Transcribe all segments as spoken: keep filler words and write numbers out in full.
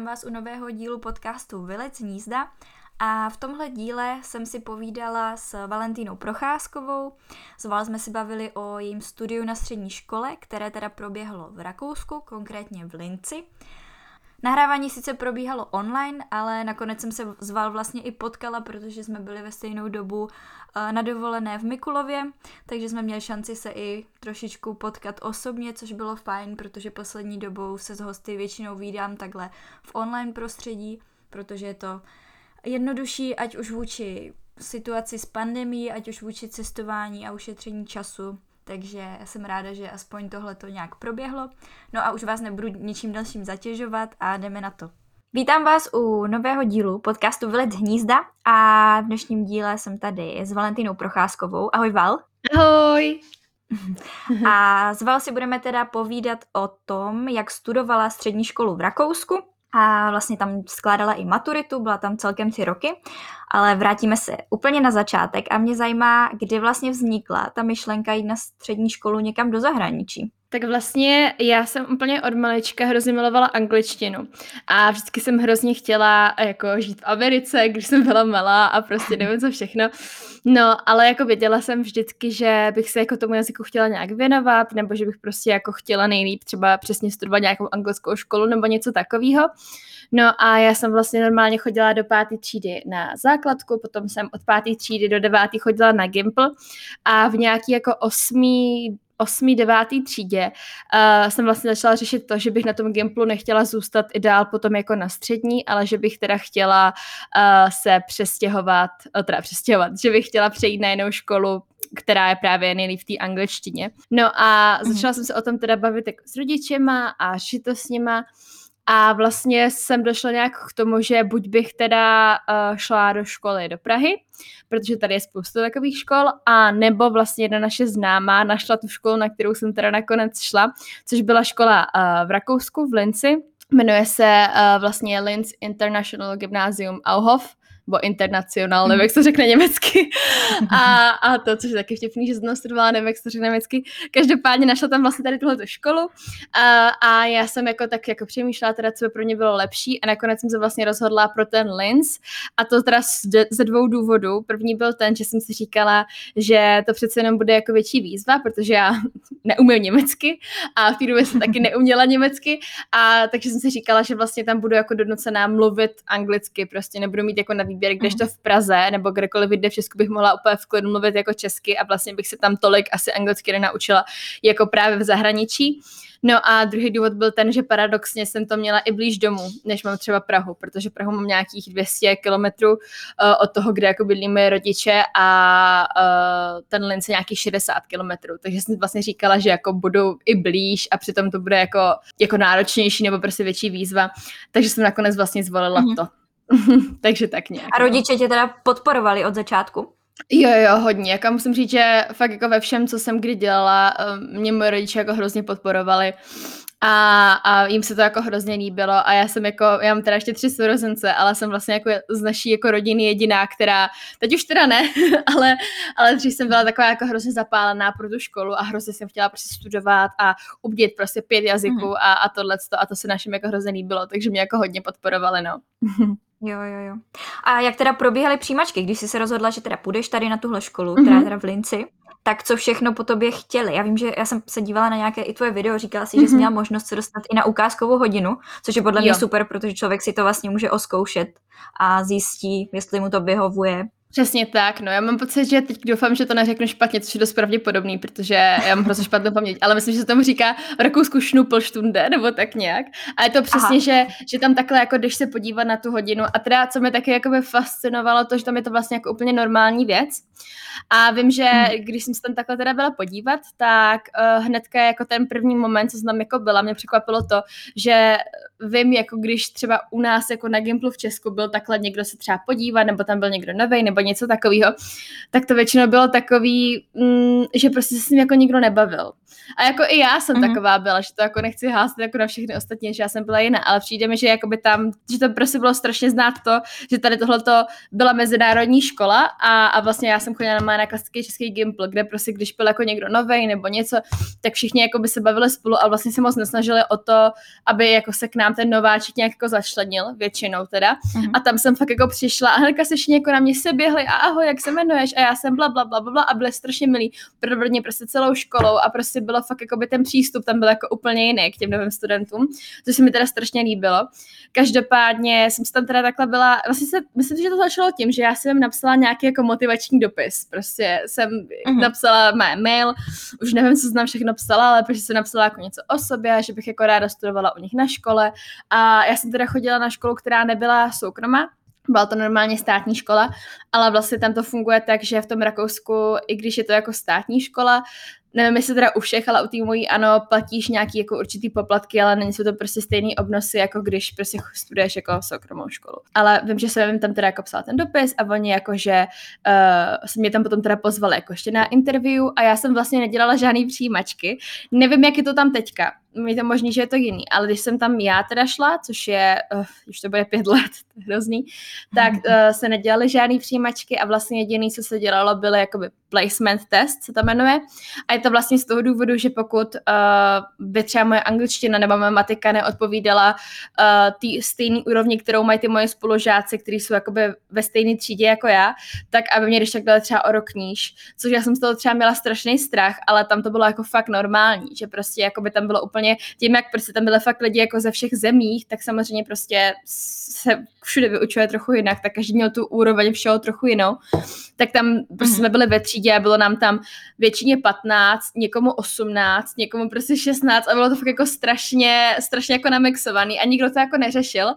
vítám vás u nového dílu podcastu Vylec z hnízda a v tomhle díle jsem si povídala s Valentínou Procházkovou. S Val jsme si bavili o jejím studiu na střední škole, které teda proběhlo v Rakousku, konkrétně v Linci. Nahrávání sice probíhalo online, ale nakonec jsem se s Val vlastně i potkala, protože jsme byli ve stejnou dobu na dovolené v Mikulově, takže jsme měli šanci se i trošičku potkat osobně, což bylo fajn, protože poslední dobou se s hosty většinou vídám takhle v online prostředí, protože je to jednodušší, ať už vůči situaci s pandemií, ať už vůči cestování a ušetření času. Takže jsem ráda, že aspoň tohle to nějak proběhlo. No a už vás nebudu ničím dalším zatěžovat a jdeme na to. Vítám vás u nového dílu podcastu Vylec z hnízda a v dnešním díle jsem tady s Valentínou Procházkovou. Ahoj Val. Ahoj. A s Val si budeme teda povídat o tom, jak studovala střední školu v Rakousku a vlastně tam skládala i maturitu, byla tam celkem tři roky, ale vrátíme se úplně na začátek a mě zajímá, kdy vlastně vznikla ta myšlenka jít na střední školu někam do zahraničí. Tak vlastně já jsem úplně od malička hrozně milovala angličtinu a vždycky jsem hrozně chtěla jako žít v Americe, když jsem byla malá a prostě nevím co všechno. No, ale jako věděla jsem vždycky, že bych se jako tomu jazyku chtěla nějak věnovat, nebo že bych prostě jako chtěla nejlíp třeba přesně studovat nějakou anglickou školu nebo něco takového. No a já jsem vlastně normálně chodila do páté třídy na základku, potom jsem od páté třídy do deváté chodila na Gimpl a v nějaký jako osmý osmý, devátý třídě uh, jsem vlastně začala řešit to, že bych na tom Gimplu nechtěla zůstat i dál potom jako na střední, ale že bych teda chtěla uh, se přestěhovat, uh, teda přestěhovat, že bych chtěla přejít na jinou školu, která je právě nejlíp v té angličtině. No a začala jsem se o tom teda bavit jako s rodičema a řešit to s nima. A vlastně jsem došla nějak k tomu, že buď bych teda uh, šla do školy do Prahy, protože tady je spoustu takových škol, a nebo vlastně jedna naše známá našla tu školu, na kterou jsem teda nakonec šla, což byla škola uh, v Rakousku, v Linci. Jmenuje se uh, vlastně Linz International Gymnasium Auhof, bo internacionál, nevím, jak se řekne německy. A, a to, což je taky vtipný, že jsem studovala, nevím, jak se řekne německy. Každopádně našla tam vlastně tady tuhletu školu a, a já jsem jako tak jako přemýšlela teda, co by pro mě bylo lepší, a nakonec jsem se vlastně rozhodla pro ten Linz, a to teda ze dvou důvodů. První byl ten, že jsem si říkala, že to přece jenom bude jako větší výzva, protože já neumím německy a v té době jsem taky neuměla německy, a takže jsem si říkala, že vlastně tam budu jako donucená mluvit anglicky, prostě nebudu mít jako na výběr, kdežto v Praze nebo kdekoliv jde v Česku bych mohla úplně v klidu mluvit jako česky a vlastně bych se tam tolik asi anglicky nenaučila jako právě v zahraničí. No a druhý důvod byl ten, že paradoxně jsem to měla i blíž domů, než mám třeba Prahu, protože Prahu mám nějakých dvě stě kilometrů uh, od toho, kde jako bydlí moje rodiče, a uh, ten Linz je nějakých šedesát kilometrů, takže jsem vlastně říkala, že jako budu i blíž a přitom to bude jako, jako náročnější nebo prostě větší výzva, takže jsem nakonec vlastně zvolila mm-hmm. to. Takže tak nějak. A rodiče tě teda podporovali od začátku? Jo, jo, hodně. Jako musím říct, že fakt jako ve všem, co jsem kdy dělala, mě moje rodiče jako hrozně podporovali. A, a jim se to jako hrozně líbilo, a já jsem jako, já mám teda ještě tři sourozence, ale jsem vlastně jako z naší jako rodiny jediná, která, teď už teda ne, ale, ale dřív jsem byla taková jako hrozně zapálená pro tu školu a hrozně jsem chtěla prostě studovat a umět prostě pět jazyků mm. a, a tohleto, a to se našim jako hrozně líbilo, takže mě jako hodně podporovali, no. Jo, jo, jo. A jak teda probíhaly přijímačky, když jsi se rozhodla, že teda půjdeš tady na tuhle školu, mm-hmm. která je teda v Linci, tak co všechno po tobě chtěli? Já vím, že já jsem se dívala na nějaké i tvoje video, říkala si, mm-hmm. že jsi měla možnost se dostat i na ukázkovou hodinu, což je podle mě jo. super, protože člověk si to vlastně může oskoušet a zjistí, jestli mu to vyhovuje. Přesně tak, no já mám pocit, že teď doufám, že to neřeknu špatně, což je dost pravděpodobný, protože já mám prostě špatnou paměť, ale myslím, že se tomu říká v Rakousku Schnupelstunde, nebo tak nějak. A je to přesně, že, že tam takhle jako jdeš se podívat na tu hodinu, a teda co mě taky jakoby fascinovalo, to, že tam je to vlastně jako úplně normální věc. A vím, že když jsem se tam takhle teda byla podívat, tak uh, hnedka jako ten první moment, co jsem tam jako byla, mě překvapilo to, že vím, jako když třeba u nás jako na Gimplu v Česku byl takhle někdo se třeba podívat, nebo tam byl někdo novej, nebo něco takového, tak to většinou bylo takový, mm, že prostě se s ním jako nikdo nebavil. A jako i já jsem mm-hmm. taková byla, že to jako nechci házet jako na všechny ostatní, že já jsem byla jiná, ale přijde mi, že jakoby tam, že to prostě bylo strašně znát to, že tady tohleto byla mezinárodní škola a, a vlastně já jsem chodila na, na klasický český Gimpl, kde prostě když byl jako někdo novej nebo něco, tak všichni jakoby se bavili spolu a vlastně se moc nesnažili o to, aby jako se k nám ten nováček nějak jako začlenil, většinou teda. Mm-hmm. A tam jsem fakt jako přišla a hnedka se všichni jako na mě se běhli a ahoj, jak se jmenuješ? A já jsem bla bla bla bla a byli strašně milí, provedně prostě celou školou a prostě bylo fakt jakoby ten přístup tam byl jako úplně jiný k těm novým studentům, což se mi teda strašně líbilo. Každopádně jsem tam teda takhle byla, vlastně se, myslím, že to začalo tím, že já jsem jim napsala nějaký jako motivační dopis, prostě jsem mm-hmm. napsala mé mail, už nevím, co jsem všechno psala, ale prostě jsem napsala jako něco o sobě, že bych jako ráda studovala u nich na škole a já jsem teda chodila na školu, která nebyla soukromá, byla to normálně státní škola, ale vlastně tam to funguje tak, že v tom Rakousku, i když je to jako státní škola, nevím, jestli teda u všech, ale u té mojí ano, platíš nějaký jako určitý poplatky, ale není to prostě stejný obnosy, jako když prostě studuješ jako soukromou školu. Ale vím, že jsem jim tam teda jako psala ten dopis a oni jakože uh, se mě tam potom teda pozvali jako ještě na interview a já jsem vlastně nedělala žádný přijímačky. Nevím, jak je to tam teďka. Je to možný, že je to jiný, ale když jsem tam já teda šla, což je, uh, už to bude pět let, to je hrozný, tak uh, se nedělaly žádný přijímačky a vlastně jediný, co se dělalo, byly jakoby placement test, se to jmenuje. A je to vlastně z toho důvodu, že pokud uh, by třeba moje angličtina nebo moje matika neodpovídala uh, té stejné úrovni, kterou mají ty moje spolužáci, kteří jsou jakoby ve stejné třídě jako já, tak aby mě když tak dali třeba o rok níž. Což já jsem z toho třeba měla strašný strach, ale tam to bylo jako fakt normální, že prostě jakoby tam bylo úplně tím, jak prostě tam byly fakt lidi jako ze všech zemích, tak samozřejmě prostě se všude vyučuje trochu jinak, tak každý měl tu úroveň všeho trochu jinou. Tak tam prostě mm-hmm. jsme byli ve třídě a bylo nám tam většině patnáct, někomu osmnáct, někomu prostě šestnáct a bylo to fakt jako strašně, strašně jako namixovaný a nikdo to jako neřešil,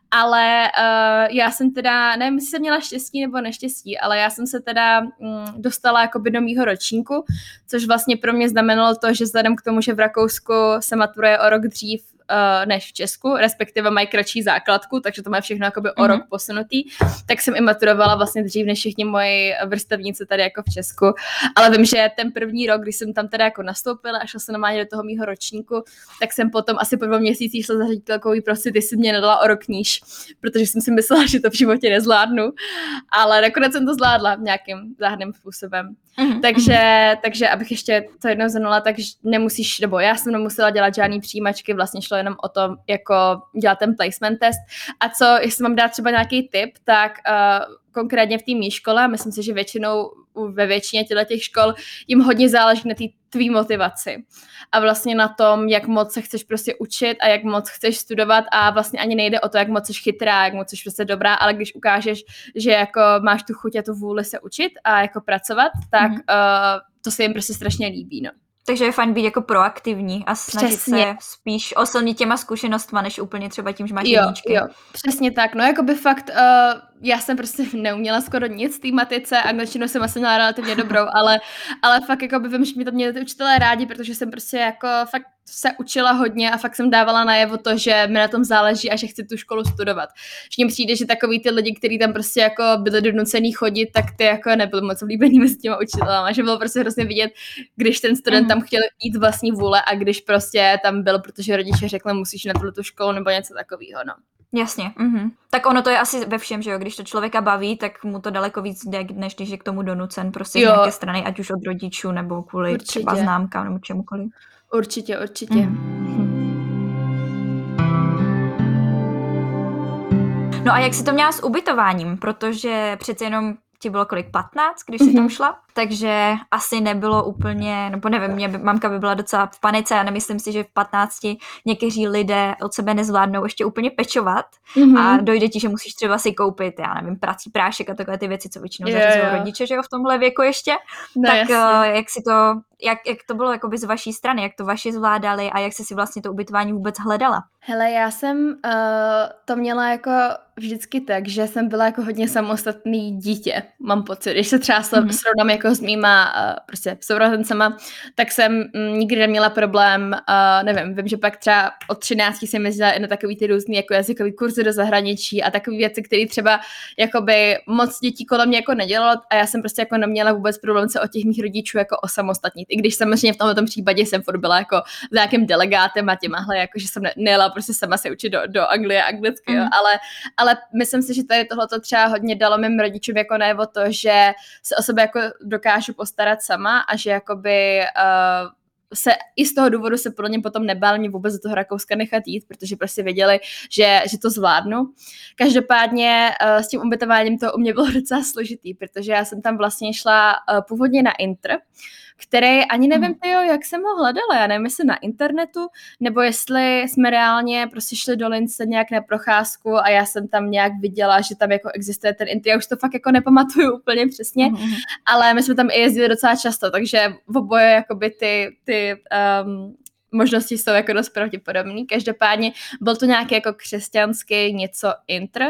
ale uh, já jsem teda, nevím, jestli jsem měla štěstí nebo neštěstí, ale já jsem se teda mm, dostala jakoby do mýho ročníku, což vlastně pro mě znamenalo to, že vzhledem k tomu, že v Rakousku se maturuje o rok dřív uh, než v Česku, respektive mají kratší základku, takže to má všechno jakoby mm-hmm. o rok posunutý, tak jsem i maturovala vlastně dřív než všichni moji vrstevníci tady jako v Česku, ale vím, že ten první rok, když jsem tam teda jako nastoupila a šla jsem normálně do toho mýho ročníku, tak jsem potom asi po dvou měsících šla za ředitelkou, prostě ty si mě nedala o rok níž, protože jsem si myslela, že to v životě nezvládnu, ale nakonec jsem to zvládla nějakým záhadným způsobem. Mm-hmm. Takže, takže abych ještě to jednou zhrnula, tak nemusíš, nebo já jsem nemusela dělat žádný přijímačky, vlastně šlo jenom o to, jako dělat ten placement test. A co, jestli mám dát třeba nějaký tip, tak uh, konkrétně v té mý škole, myslím si, že většinou ve většině těch škol jim hodně záleží na té tvý motivaci a vlastně na tom, jak moc se chceš prostě učit a jak moc chceš studovat a vlastně ani nejde o to, jak moc jsi chytrá, jak moc jsi prostě dobrá, ale když ukážeš, že jako máš tu chuť a tu vůli se učit a jako pracovat, tak mm-hmm. uh, to se jim prostě strašně líbí, no. Takže je fajn být jako proaktivní a snažit přesně. se spíš oslnit těma zkušenostma, než úplně třeba tím, že máš jo, jedničky. Jo, přesně tak. No jako by fakt, uh, já jsem prostě neuměla skoro nic v té matice, angličtinu jsem asi měla relativně dobrou, ale, ale fakt jako by vím, že mě to měli ty učitelé rádi, protože jsem prostě jako fakt se učila hodně a fakt jsem dávala najevo to, že mi na tom záleží a že chci tu školu studovat. Že mně přijde, že takový ty lidi, kteří tam prostě jako byli donucený chodit, tak ty jako nebyly moc oblíbený mezi těma učitelama, že bylo prostě hrozně vidět, když ten student mm. tam chtěl jít vlastní vůle a když prostě tam byl, protože rodiče řekli, musíš na tu školu nebo něco takového, no. Jasně, mhm. Tak ono to je asi ve všem, že jo, když to člověka baví, tak mu to daleko víc jde, než když je k tomu donucen prostě z nějaké strany, ať už od rodičů nebo kvůli určitě. Třeba známkám nebo čemukoliv. Určitě, určitě. Mm. No a jak jsi to měla s ubytováním, protože přece jenom ti bylo kolik, patnáct, když jsi mm-hmm. tam šla, takže asi nebylo úplně, nebo nevím, mě by, mamka by byla docela v panice a nemyslím si, že v patnácti někteří lidé od sebe nezvládnou ještě úplně pečovat mm-hmm. a dojde ti, že musíš třeba si koupit, já nevím, prací prášek a takové ty věci, co většinou zařizují rodiče, že jo, v tomhle věku ještě, no, tak jasně. jak si to, jak, jak to bylo jakoby z vaší strany, jak to vaši zvládali a jak jsi si vlastně to ubytování vůbec hledala? Hele, já jsem uh, to měla jako vždycky tak, že jsem byla jako hodně samostatný dítě, mám pocit, když se třeba mm-hmm. srovnám jako s mýma uh, prostě sourozencema, tak jsem mm, nikdy neměla problém, uh, nevím, vím, že pak třeba od třinácti jsem jezdila na takový ty různý jako jazykový kurzy do zahraničí a takové věci, které třeba jakoby moc dětí kolem mě jako nedělalo a já jsem prostě jako neměla vůbec problém se od těch mých rodičů jako osamostatnit. I když samozřejmě v tomto případě jsem furt byla jako za nějakým delegátem a těmahle, jako že jsem ne- nejela prostě sama se učit do, do Anglie anglicky, mm. jo, ale, ale myslím si, že tady tohleto třeba hodně dalo mým rodičům jako najevo to, že se o sebe jako dokážu postarat sama a že jakoby uh, se i z toho důvodu se pro ně potom nebál mě vůbec do toho Rakouska nechat jít, protože prostě věděli, že, že to zvládnu. Každopádně uh, s tím ubytováním to u mě bylo docela složitý, protože já jsem tam vlastně šla uh, původně na Intr, který ani nevím, tyjo, jak jsem ho hledala, já nevím, jestli na internetu, nebo jestli jsme reálně prostě šli do Lince nějak na procházku a já jsem tam nějak viděla, že tam jako existuje ten Intr, já už to fakt jako nepamatuju úplně přesně, mm-hmm. ale my jsme tam i jezdili docela často, takže v oboje jakoby ty, ty um, možnosti jsou jako dost pravděpodobný. Každopádně byl to nějaký jako křesťanský něco Intr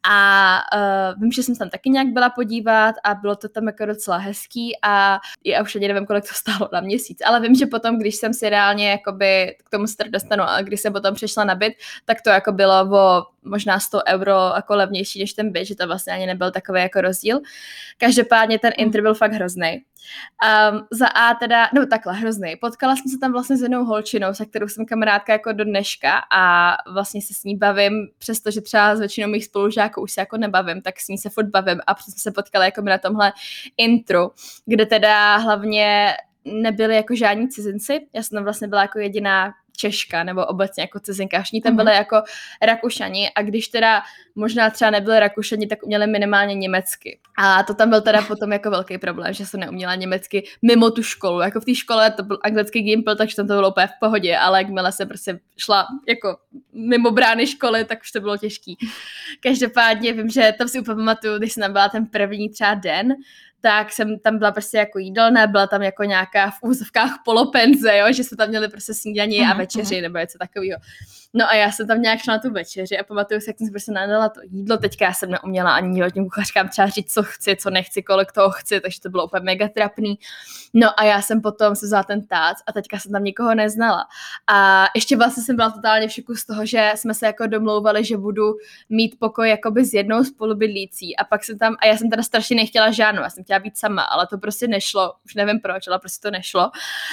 a uh, vím, že jsem tam taky nějak byla podívat a bylo to tam jako docela hezký a já už ani nevím, kolik to stálo na měsíc, ale vím, že potom, když jsem si reálně jakoby k tomu se dostanu a když jsem potom přešla na byt, tak to jako bylo o možná sto euro jako levnější než ten byt, že to vlastně ani nebyl takový jako rozdíl. Každopádně ten Intr byl fakt hrozný. Um, za A teda, no takhle, hrozný. Potkala jsem se tam vlastně s jednou holčinou, se kterou jsem kamarádka jako do dneška a vlastně se s ní bavím, přestože třeba s většinou mých spolužáků už se jako nebavím, tak s ní se furt bavím a přesně se potkala jako na tomhle intru, kde teda hlavně nebyli jako žádní cizinci. Já jsem tam vlastně byla jako jediná Češka nebo obecně jako cizinka. Všichni tam byli jako Rakušani a když teda možná třeba nebyli Rakušani, tak uměli minimálně německy. A to tam byl teda potom jako velký problém, že jsem neuměla německy mimo tu školu. Jako v té škole to byl anglický gimpl, takže tam to bylo úplně v pohodě, ale jakmile jsem prostě šla jako mimo brány školy, tak už to bylo těžký. Každopádně vím, že tam si úplně pamatuju, když jsem tam byla ten první třeba den, tak jsem tam byla prostě jako jídelná, byla tam jako nějaká v úzovkách polopenze, jo, že jsme tam měli prostě snídaní a večeři nebo něco takového. No a já jsem tam nějak šla na tu večeři a pamatuju si, jak jsem si prostě nadala to jídlo, teďka já jsem neuměla ani hodně kuchařkám třeba říct, co chci, co nechci, kolik toho chci, takže to bylo úplně mega trapný. No a já jsem potom si vzala ten tác a teďka jsem tam nikoho neznala. A ještě vlastně jsem byla totálně v šoku z toho, že jsme se jako domlouvali, že budu mít pokoj jakoby s jednou spolubydlící a pak jsem tam, a já jsem teda strašně nechtěla žádnou, já jsem chtěla být sama, ale to prostě nešlo, už nevím proč, ale prostě to nešlo.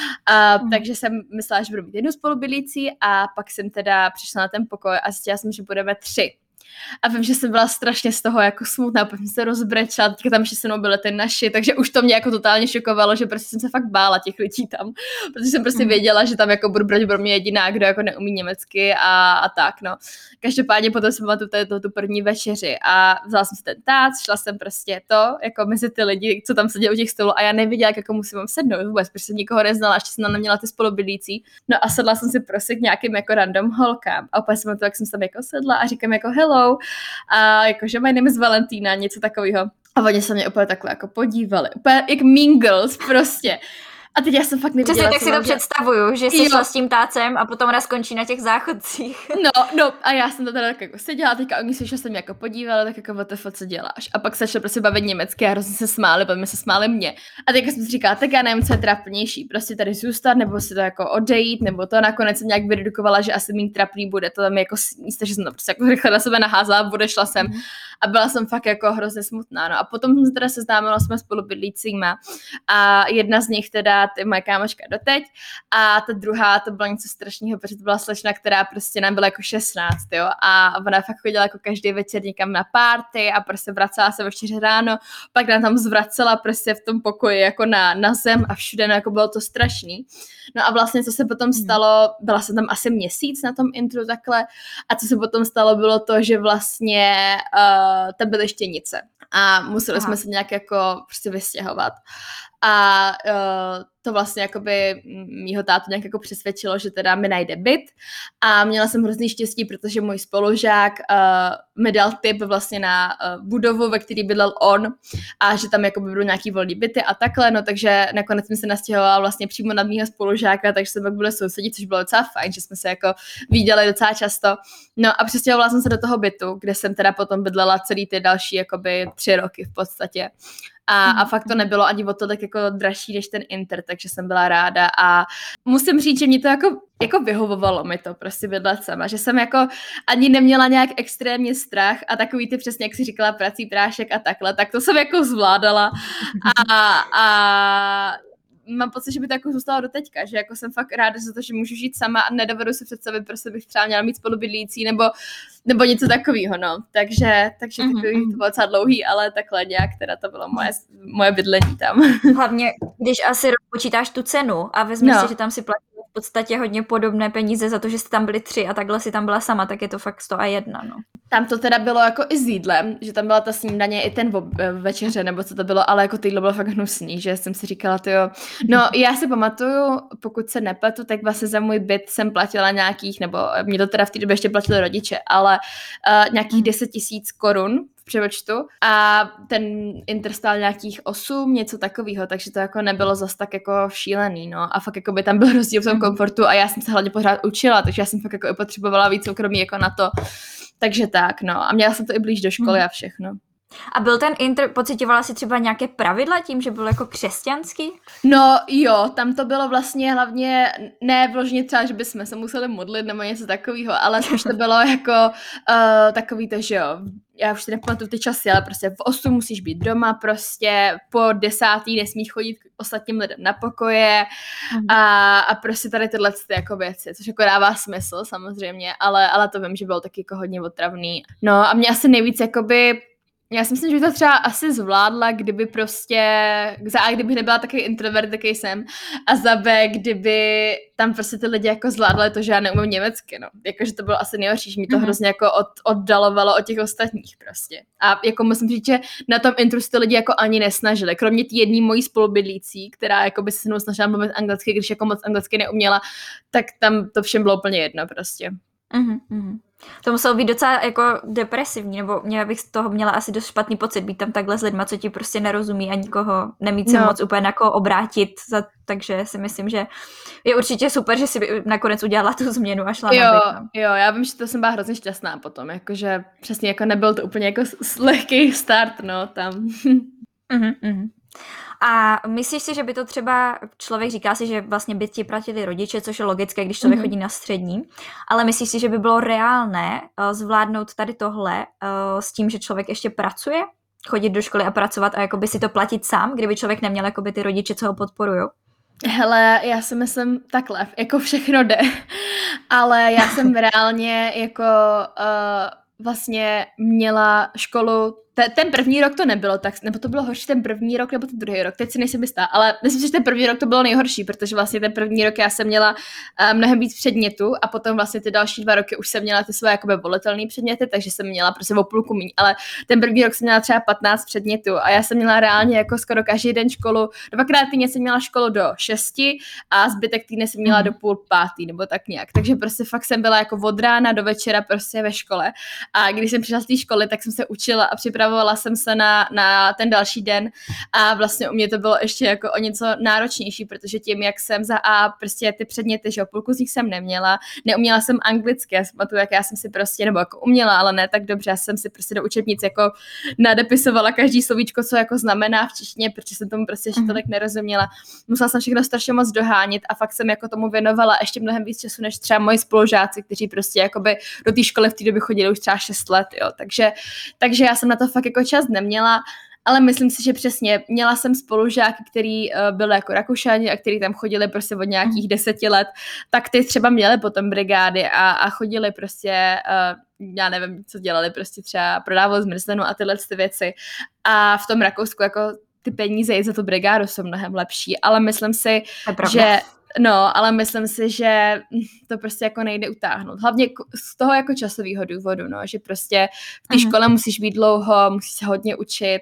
A, mm. Takže jsem myslela, že budu mít jednu spolubydlící a pak jsem teda přišla na ten pokoj a zjistila jsem, že budeme tři. A vím, že jsem byla strašně z toho jako smutná, pak jsem se rozbrečela, teďka tam ještě se mnou byly ty naši, takže už to mě jako totálně šokovalo, že prostě jsem se fakt bála těch lidí tam, protože jsem prostě věděla, že tam jako budu brať pro mě jediná, kdo jako neumí německy a, a tak, no. Každopádně potom jsem byla tu, tu, tu první večeři a vzala jsem si ten tác, šla jsem prostě to, jako mezi ty lidi, co tam seděli u těch stolů a já nevěděla, jak jako musím vám sednout vůbec, protože jsem nikoho neznala, ještě jsem tam neměla ty spolubydlící. No a sedla jsem si prostě k nějakým jako random holkám a opět jsem to, jak jsem tam jako sedla a říkám jako hello, a jakože my name is Valentína, něco takového. A oni se mě úplně takhle jako podívali. Úplně jak Mean Girls prostě. A teď já jsem fakt nevěděla. Přesně tak si to představuju, že jsi šla s tím tácem a potom ona skončí na těch záchodcích. No, no a já jsem to teda tak jako seděla, teďka oni se se mě jako podívali, tak jako what the fuck, co děláš? A pak se šlo prostě bavit německy a hrozně se smáli, protože se smáli mě. A teďka jsem si říkala, tak já nevím, co je trapnější, prostě tady zůstat, nebo si to jako odejít, nebo to nakonec jsem nějak vyredukovala, že asi méně trapný bude, to tam jako místo, že jsem to prostě jako rychle na sebe naházala, odešla jsem a byla jsem fakt jako hrozně smutná. No a potom jsem se teda seznámila s mými spolubydlícíma a jedna z nich teda to je moje kámoška doteď a ta druhá to bylo něco strašného, protože to byla slečna, která prostě nám byla jako šestnáct, jo, a ona fakt chodila jako každý večer někam na party a prostě vracela se ve čtyři ráno, pak nám tam zvracela prostě v tom pokoji jako na, na zem a všude, no jako bylo to strašný. No a vlastně co se potom stalo, byla jsem tam asi měsíc na tom intru takhle a co se potom stalo bylo to, že vlastně uh, tam byly štěnice a museli Aha. jsme se nějak jako prostě vystěhovat. A uh, to vlastně jakoby mýho tátu nějak jako přesvědčilo, že teda mi najde byt a měla jsem hrozný štěstí, protože můj spolužák uh, mi dal tip vlastně na uh, budovu, ve který bydlel on a že tam jakoby budou nějaký volný byty a takhle, no takže nakonec jsem se nastěhovala vlastně přímo nad mýho spolužáka, takže se pak bude sousedit, což bylo docela fajn, že jsme se jako viděli docela často. No a přestěhovala jsem se do toho bytu, kde jsem teda potom bydlela celý ty další jakoby tři roky v podstatě. a, a fakt to nebylo ani o to tak jako dražší než ten Inter, takže jsem byla ráda a musím říct, že mě to jako, jako vyhovovalo mi to prostě bydlet sama, že jsem jako ani neměla nějak extrémně strach a takový ty přesně, jak jsi říkala, prací prášek a takhle, tak to jsem jako zvládala a, a mám pocit, že by to jako zůstalo do teďka, že jako jsem fakt ráda za to, že můžu žít sama a nedovedu si představit, prostě bych třeba měla mít spolubydlící nebo, nebo něco takového, no. Takže, takže mm-hmm. takový, to bylo docela dlouhý, ale takhle nějak teda to bylo moje, moje bydlení tam. Hlavně, když asi počítáš tu cenu a vezmeš no. si, že tam si platila v podstatě hodně podobné peníze za to, že jste tam byli tři a takhle si tam byla sama, tak je to fakt sto a jedna, no. Tam to teda bylo jako i s jídlem, že tam byla ta snídaně i ten večeře, nebo co to bylo, ale jako to jídlo bylo fakt hnusný, že jsem si říkala, tyjo. No, já si pamatuju, pokud se nepletu, tak vlastně za můj byt jsem platila nějakých, nebo mě to teda v té době ještě platili rodiče, ale uh, nějakých deset tisíc korun v přepočtu a ten Inter stál nějakých osm, něco takového, takže to jako nebylo zas tak jako šílený, no. A fakt jako by tam byl rozdíl v tom komfortu a já jsem se hlavně pořád učila, takže já jsem fakt jako i potřebovala víc soukromí jako na to. Takže tak, no. A měla jsem to i blíž do školy a všechno. A byl ten Inter, pocitovala si třeba nějaké pravidla tím, že byl jako křesťanský? No jo, tam to bylo vlastně hlavně, ne vložně třeba, že bychom se museli modlit nebo něco takového, ale spíš to bylo jako uh, takový to, že jo, já už si nepamatuju ty časy, ale prostě v osm musíš být doma, prostě po desátý nesmíš chodit k ostatním lidem na pokoje a, a prostě tady tyhle ty jako věci, což jako dává smysl samozřejmě, ale, ale to vím, že bylo taky jako hodně otravný. No a mě asi nejvíc jakoby já si myslím, že by to třeba asi zvládla, kdyby prostě, za A, kdybych nebyla takový introvert, jaký jsem, a za B, kdyby tam prostě ty lidi jako zvládly to, že já neumím německy, no. Jakože to bylo asi nejhorší, že mi to mm-hmm. hrozně jako od, oddalovalo od těch ostatních prostě. A jako musím říct, že na tom intru ty lidi jako ani nesnažili, kromě té jedné mojí spolubydlící, která jako by se se mnou snažila mluvit anglicky, když jako moc anglicky neuměla, tak tam to všem bylo úplně jedno prostě. Mm-hmm. To muselo být docela jako depresivní, nebo mě bych z toho měla asi dost špatný pocit být tam takhle s lidma, co ti prostě nerozumí a nikoho nemít se no. moc úplně na koho obrátit, za, takže si myslím, že je určitě super, že si nakonec udělala tu změnu a šla jo, na byt. No. Jo, já vím, že to jsem byla hrozně šťastná potom, jakože přesně jako nebyl to úplně jako lehký start, no, tam. mm-hmm, mm-hmm. A myslíš si, že by to třeba, člověk říká si, že vlastně by ti platili rodiče, což je logické, když člověk mm-hmm. chodí na střední, ale myslíš si, že by bylo reálné uh, zvládnout tady tohle uh, s tím, že člověk ještě pracuje, chodit do školy a pracovat a jakoby si to platit sám, kdyby člověk neměl jakoby ty rodiče, co ho podporujou? Hele, já si myslím takhle, jako všechno jde, ale já jsem reálně jako uh, vlastně měla školu. Ten první rok to nebylo tak, nebo to bylo horší ten první rok, nebo ten druhý rok, teď si nejsem jistá, ale myslím, že ten první rok to bylo nejhorší, protože vlastně ten první rok já jsem měla uh, mnohem víc předmětů a potom vlastně ty další dva roky už jsem měla ty své jakoby volitelné předměty, takže jsem měla prostě o půlku míň, ale ten první rok jsem měla třeba patnáct předmětů a já jsem měla reálně jako skoro každý den školu, dvakrát týdně jsem měla školu do šesti a zbytek týdne jsem měla do půl pátý, nebo tak nějak, takže prostě fakt jsem byla jako od rána do večera prostě ve škole a když jsem přišla z té školy, tak jsem se učila a připravila Připravovala jsem se na, na ten další den a vlastně u mě to bylo ještě jako o něco náročnější, protože tím, jak jsem za A prostě ty předměty, že půlku z nich jsem neměla, neuměla jsem anglicky, já jsem pamatuju, jak já jsem si prostě, nebo jako uměla, ale ne tak dobře, já jsem si prostě do učebnic jako nadepisovala každý slovíčko, co jako znamená v češtině, protože jsem tomu prostě ještě tolik nerozuměla. Musela jsem všechno strašně moc dohánět a fakt jsem jako tomu věnovala ještě mnohem víc času, než třeba moji spolužáci, kteří prostě jakoby do té školy v té době chodili už třeba šest let, jo, takže, takže já jsem na to fakt jako čas neměla, ale myslím si, že přesně měla jsem spolužáky, který uh, byli jako Rakušani a který tam chodili prostě od nějakých deseti let, tak ty třeba měli potom brigády a, a chodili prostě, uh, já nevím, co dělali, prostě třeba prodávali zmrzlinu a tyhle ty věci. A v tom Rakousku jako ty peníze i za tu brigádu jsou mnohem lepší, ale myslím si, že No, ale myslím si, že to prostě jako nejde utáhnout. Hlavně z toho jako časového důvodu, no, že prostě v té škole musíš být dlouho, musíš se hodně učit,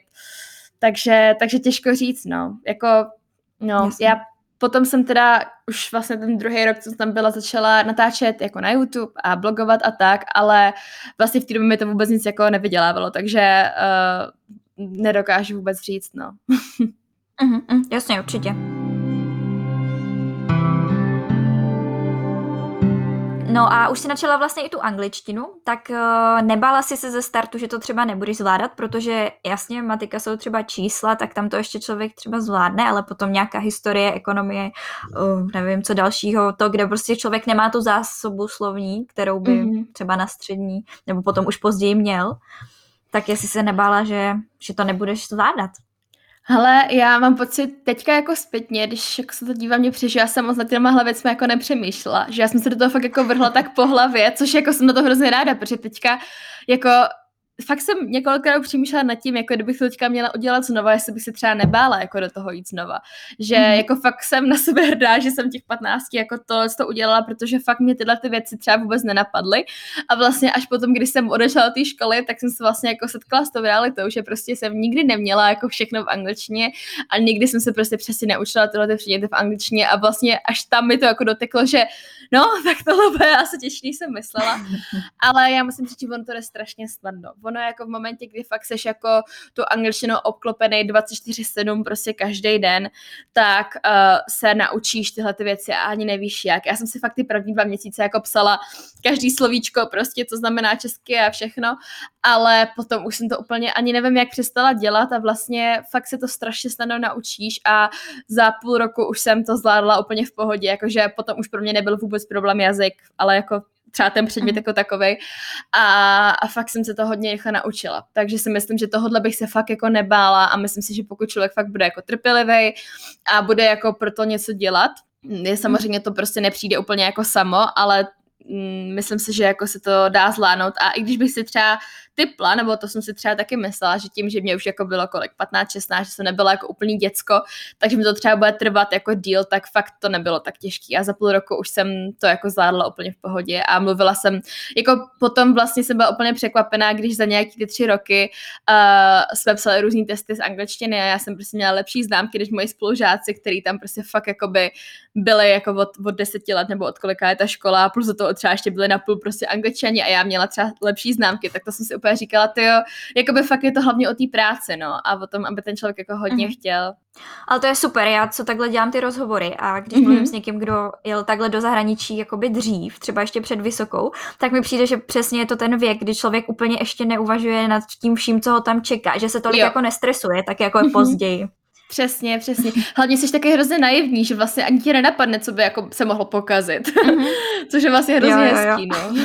takže, takže těžko říct, no. Jako, no, Jasně. já potom jsem teda už vlastně ten druhý rok, co jsem tam byla, začala natáčet jako na YouTube a blogovat a tak, ale vlastně v té době mi to vůbec nic jako nevydělávalo, takže uh, nedokážu vůbec říct, no. mm-hmm, jasně, určitě. No a už si načala vlastně i tu angličtinu, tak uh, nebála si se ze startu, že to třeba nebudeš zvládat, protože jasně, matika jsou třeba čísla, tak tam to ještě člověk třeba zvládne, ale potom nějaká historie, ekonomie, uh, nevím co dalšího, to, kde prostě člověk nemá tu zásobu slovní, kterou by mm-hmm. třeba na střední, nebo potom už později měl, tak jestli se nebála, že, že to nebudeš zvládat. Hele, já mám pocit teďka jako zpětně, když jako se to dívám, mě přijde, že já jsem moc nad těma věcmi jako nepřemýšlela, že já jsem se do toho fakt jako vrhla tak po hlavě, což jako jsem na to hrozně ráda, protože teďka jako fakt jsem několikrát přemýšlela nad tím, jako kdybych to teďka měla udělat znova, jestli bych se třeba nebála jako do toho jít znova. Že mm. jako fakt jsem na sebe hrdá, že jsem těch patnácti jako tohle to udělala, protože fakt mě tyhle ty věci třeba vůbec nenapadly. A vlastně až potom, když jsem odešla do té školy, tak jsem se vlastně jako setkala s tou realitou, že prostě jsem nikdy neměla jako všechno v angličtině a nikdy jsem se prostě přesně neučila tyhle ty předměty v angličtině a vlastně až tam mi to jako doteklo, že no, tak tohle bude asi těžší, jsem myslela. Ale já musím říct, že ono to jde strašně snadno. Ono jako v momentě, kdy fakt seš jako tu angličtinu obklopený dvacet čtyři sedm prostě každý den, tak uh, se naučíš tyhle ty věci a ani nevíš jak. Já jsem si fakt ty první dva měsíce jako psala každý slovíčko prostě, co znamená česky a všechno, ale potom už jsem to úplně ani nevím, jak přestala dělat a vlastně fakt se to strašně snadno naučíš a za půl roku už jsem to zvládla úplně v pohodě, jakože potom už pro mě nebyl vůbec problém jazyk, ale jako třeba ten předmět jako takovej a, a fakt jsem se to hodně rychle naučila. Takže si myslím, že tohodle bych se fakt jako nebála a myslím si, že pokud člověk fakt bude jako trpělivý a bude jako pro to něco dělat, je samozřejmě to prostě nepřijde úplně jako samo, ale mm, myslím si, že jako se to dá zvládnout a i když bych si třeba typla, nebo to jsem si třeba taky myslela, že tím, že mě už jako bylo kolik, patnáct šestnáct, že jsem nebyla jako úplný děcko, takže mi to třeba bude trvat jako díl, tak fakt to nebylo tak těžký a za půl roku už jsem to jako zvládla úplně v pohodě a mluvila jsem, jako potom vlastně jsem byla úplně překvapená, když za nějaký ty tři roky uh, jsme psali různý testy z angličtiny a já jsem prostě měla lepší známky, než moji spolužáci, který tam prostě fakt jakoby byli jako od, od deseti let nebo od kolika je ta škola, plus do toho třeba ještě byli napůl prostě Angličani a já měla třeba lepší známky, tak to jsem si úplně říkala, tyjo, jakoby fakt je to hlavně o té práci, no, a o tom, aby ten člověk jako hodně mm-hmm. chtěl. Ale to je super, já co takhle dělám ty rozhovory a když mm-hmm. mluvím s někým, kdo jel takhle do zahraničí jakoby dřív, třeba ještě před vysokou, tak mi přijde, že přesně je to ten věk, kdy člověk úplně ještě neuvažuje nad tím vším, co ho tam čeká, že se tolik jo. jako nestresuje, tak jako je později. Přesně, přesně. Hlavně jsi taky hrozně naivní, že vlastně ani ti nenapadne, co by jako se mohlo pokazit. Mm-hmm. Což je vlastně hrozně jo, jo, jo. hezký, no.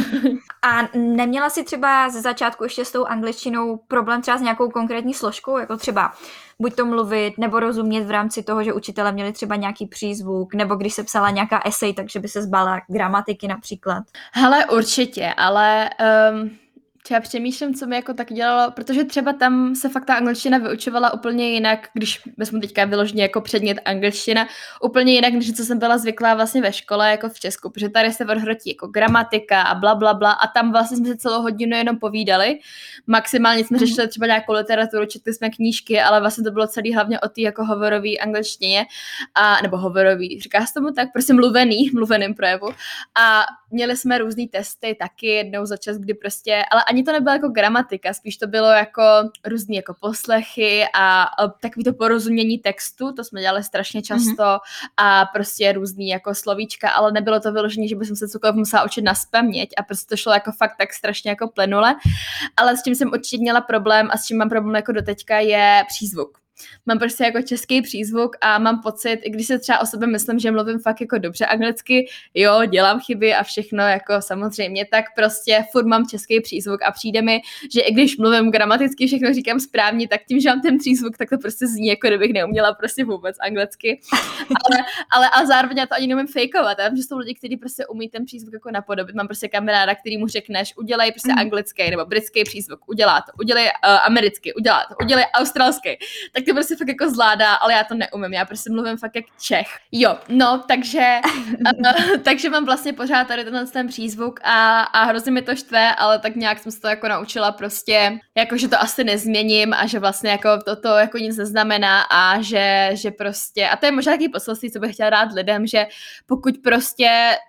A neměla jsi třeba ze začátku ještě s tou angličtinou problém třeba s nějakou konkrétní složkou, jako třeba buď to mluvit, nebo rozumět v rámci toho, že učitelé měli třeba nějaký přízvuk, nebo když se psala nějaká esej, takže by se zbala gramatiky například? Hele, určitě, ale... Um... Já přemýšlím, co mi jako tak dělalo, protože třeba tam se fakt ta angličtina vyučovala úplně jinak, když vezmu teďka vyloženě jako předmět angličtina, úplně jinak, než co jsem byla zvyklá vlastně ve škole jako v Česku, protože tady se odhrotí jako gramatika a bla, bla, bla a tam vlastně jsme se celou hodinu jenom povídali. Maximálně jsme řešili třeba nějakou literaturu, četli jsme knížky, ale vlastně to bylo celý hlavně o té jako hovorové angličtině, a, nebo hovorový, říká se tomu tak, prostě mluvený, mluveným projevu a měli jsme různý testy taky jednou za čas, kdy prostě, ale ani to nebyla jako gramatika, spíš to bylo jako různý jako poslechy a, a takový to porozumění textu, to jsme dělali strašně často mm-hmm. a prostě různý jako slovíčka, ale nebylo to vyložené, že bych se cokoliv musela učit na spaměť a prostě to šlo jako fakt tak strašně jako plynule, ale s tím jsem určitě měla problém a s čím mám problém jako doteďka je přízvuk. Mám prostě jako český přízvuk a mám pocit, i když se třeba o sobě myslím, že mluvím fakt jako dobře anglicky, jo, dělám chyby a všechno jako samozřejmě, tak prostě furt mám český přízvuk a přijde mi, že i když mluvím gramaticky, všechno říkám správně, tak tím, že mám ten přízvuk, tak to prostě zní, jako kdybych neuměla prostě vůbec anglicky. Ale, ale a zároveň já to ani neumím fejkovat, já vím, že jsou lidi, kteří prostě umí ten přízvuk jako napodobit. Mám prostě kamaráda, který mu řekneš, udělej prostě mm. anglický nebo britský přízvuk, udělá to, udělej uh, americký, udělá to, udělej australský. Tak to prostě fakt jako zvládá, ale já to neumím, já prostě mluvím fakt jak Čech. Jo, no, takže uh, takže mám vlastně pořád tady tenhle ten přízvuk a, a hrozně mi to štve, ale tak nějak jsem se to jako naučila prostě, jako že to asi nezměním a že vlastně jako to, to jako nic neznamená a že, že prostě, a to je možná takový poselství, co bych chtěla dát lidem, že pokud prostě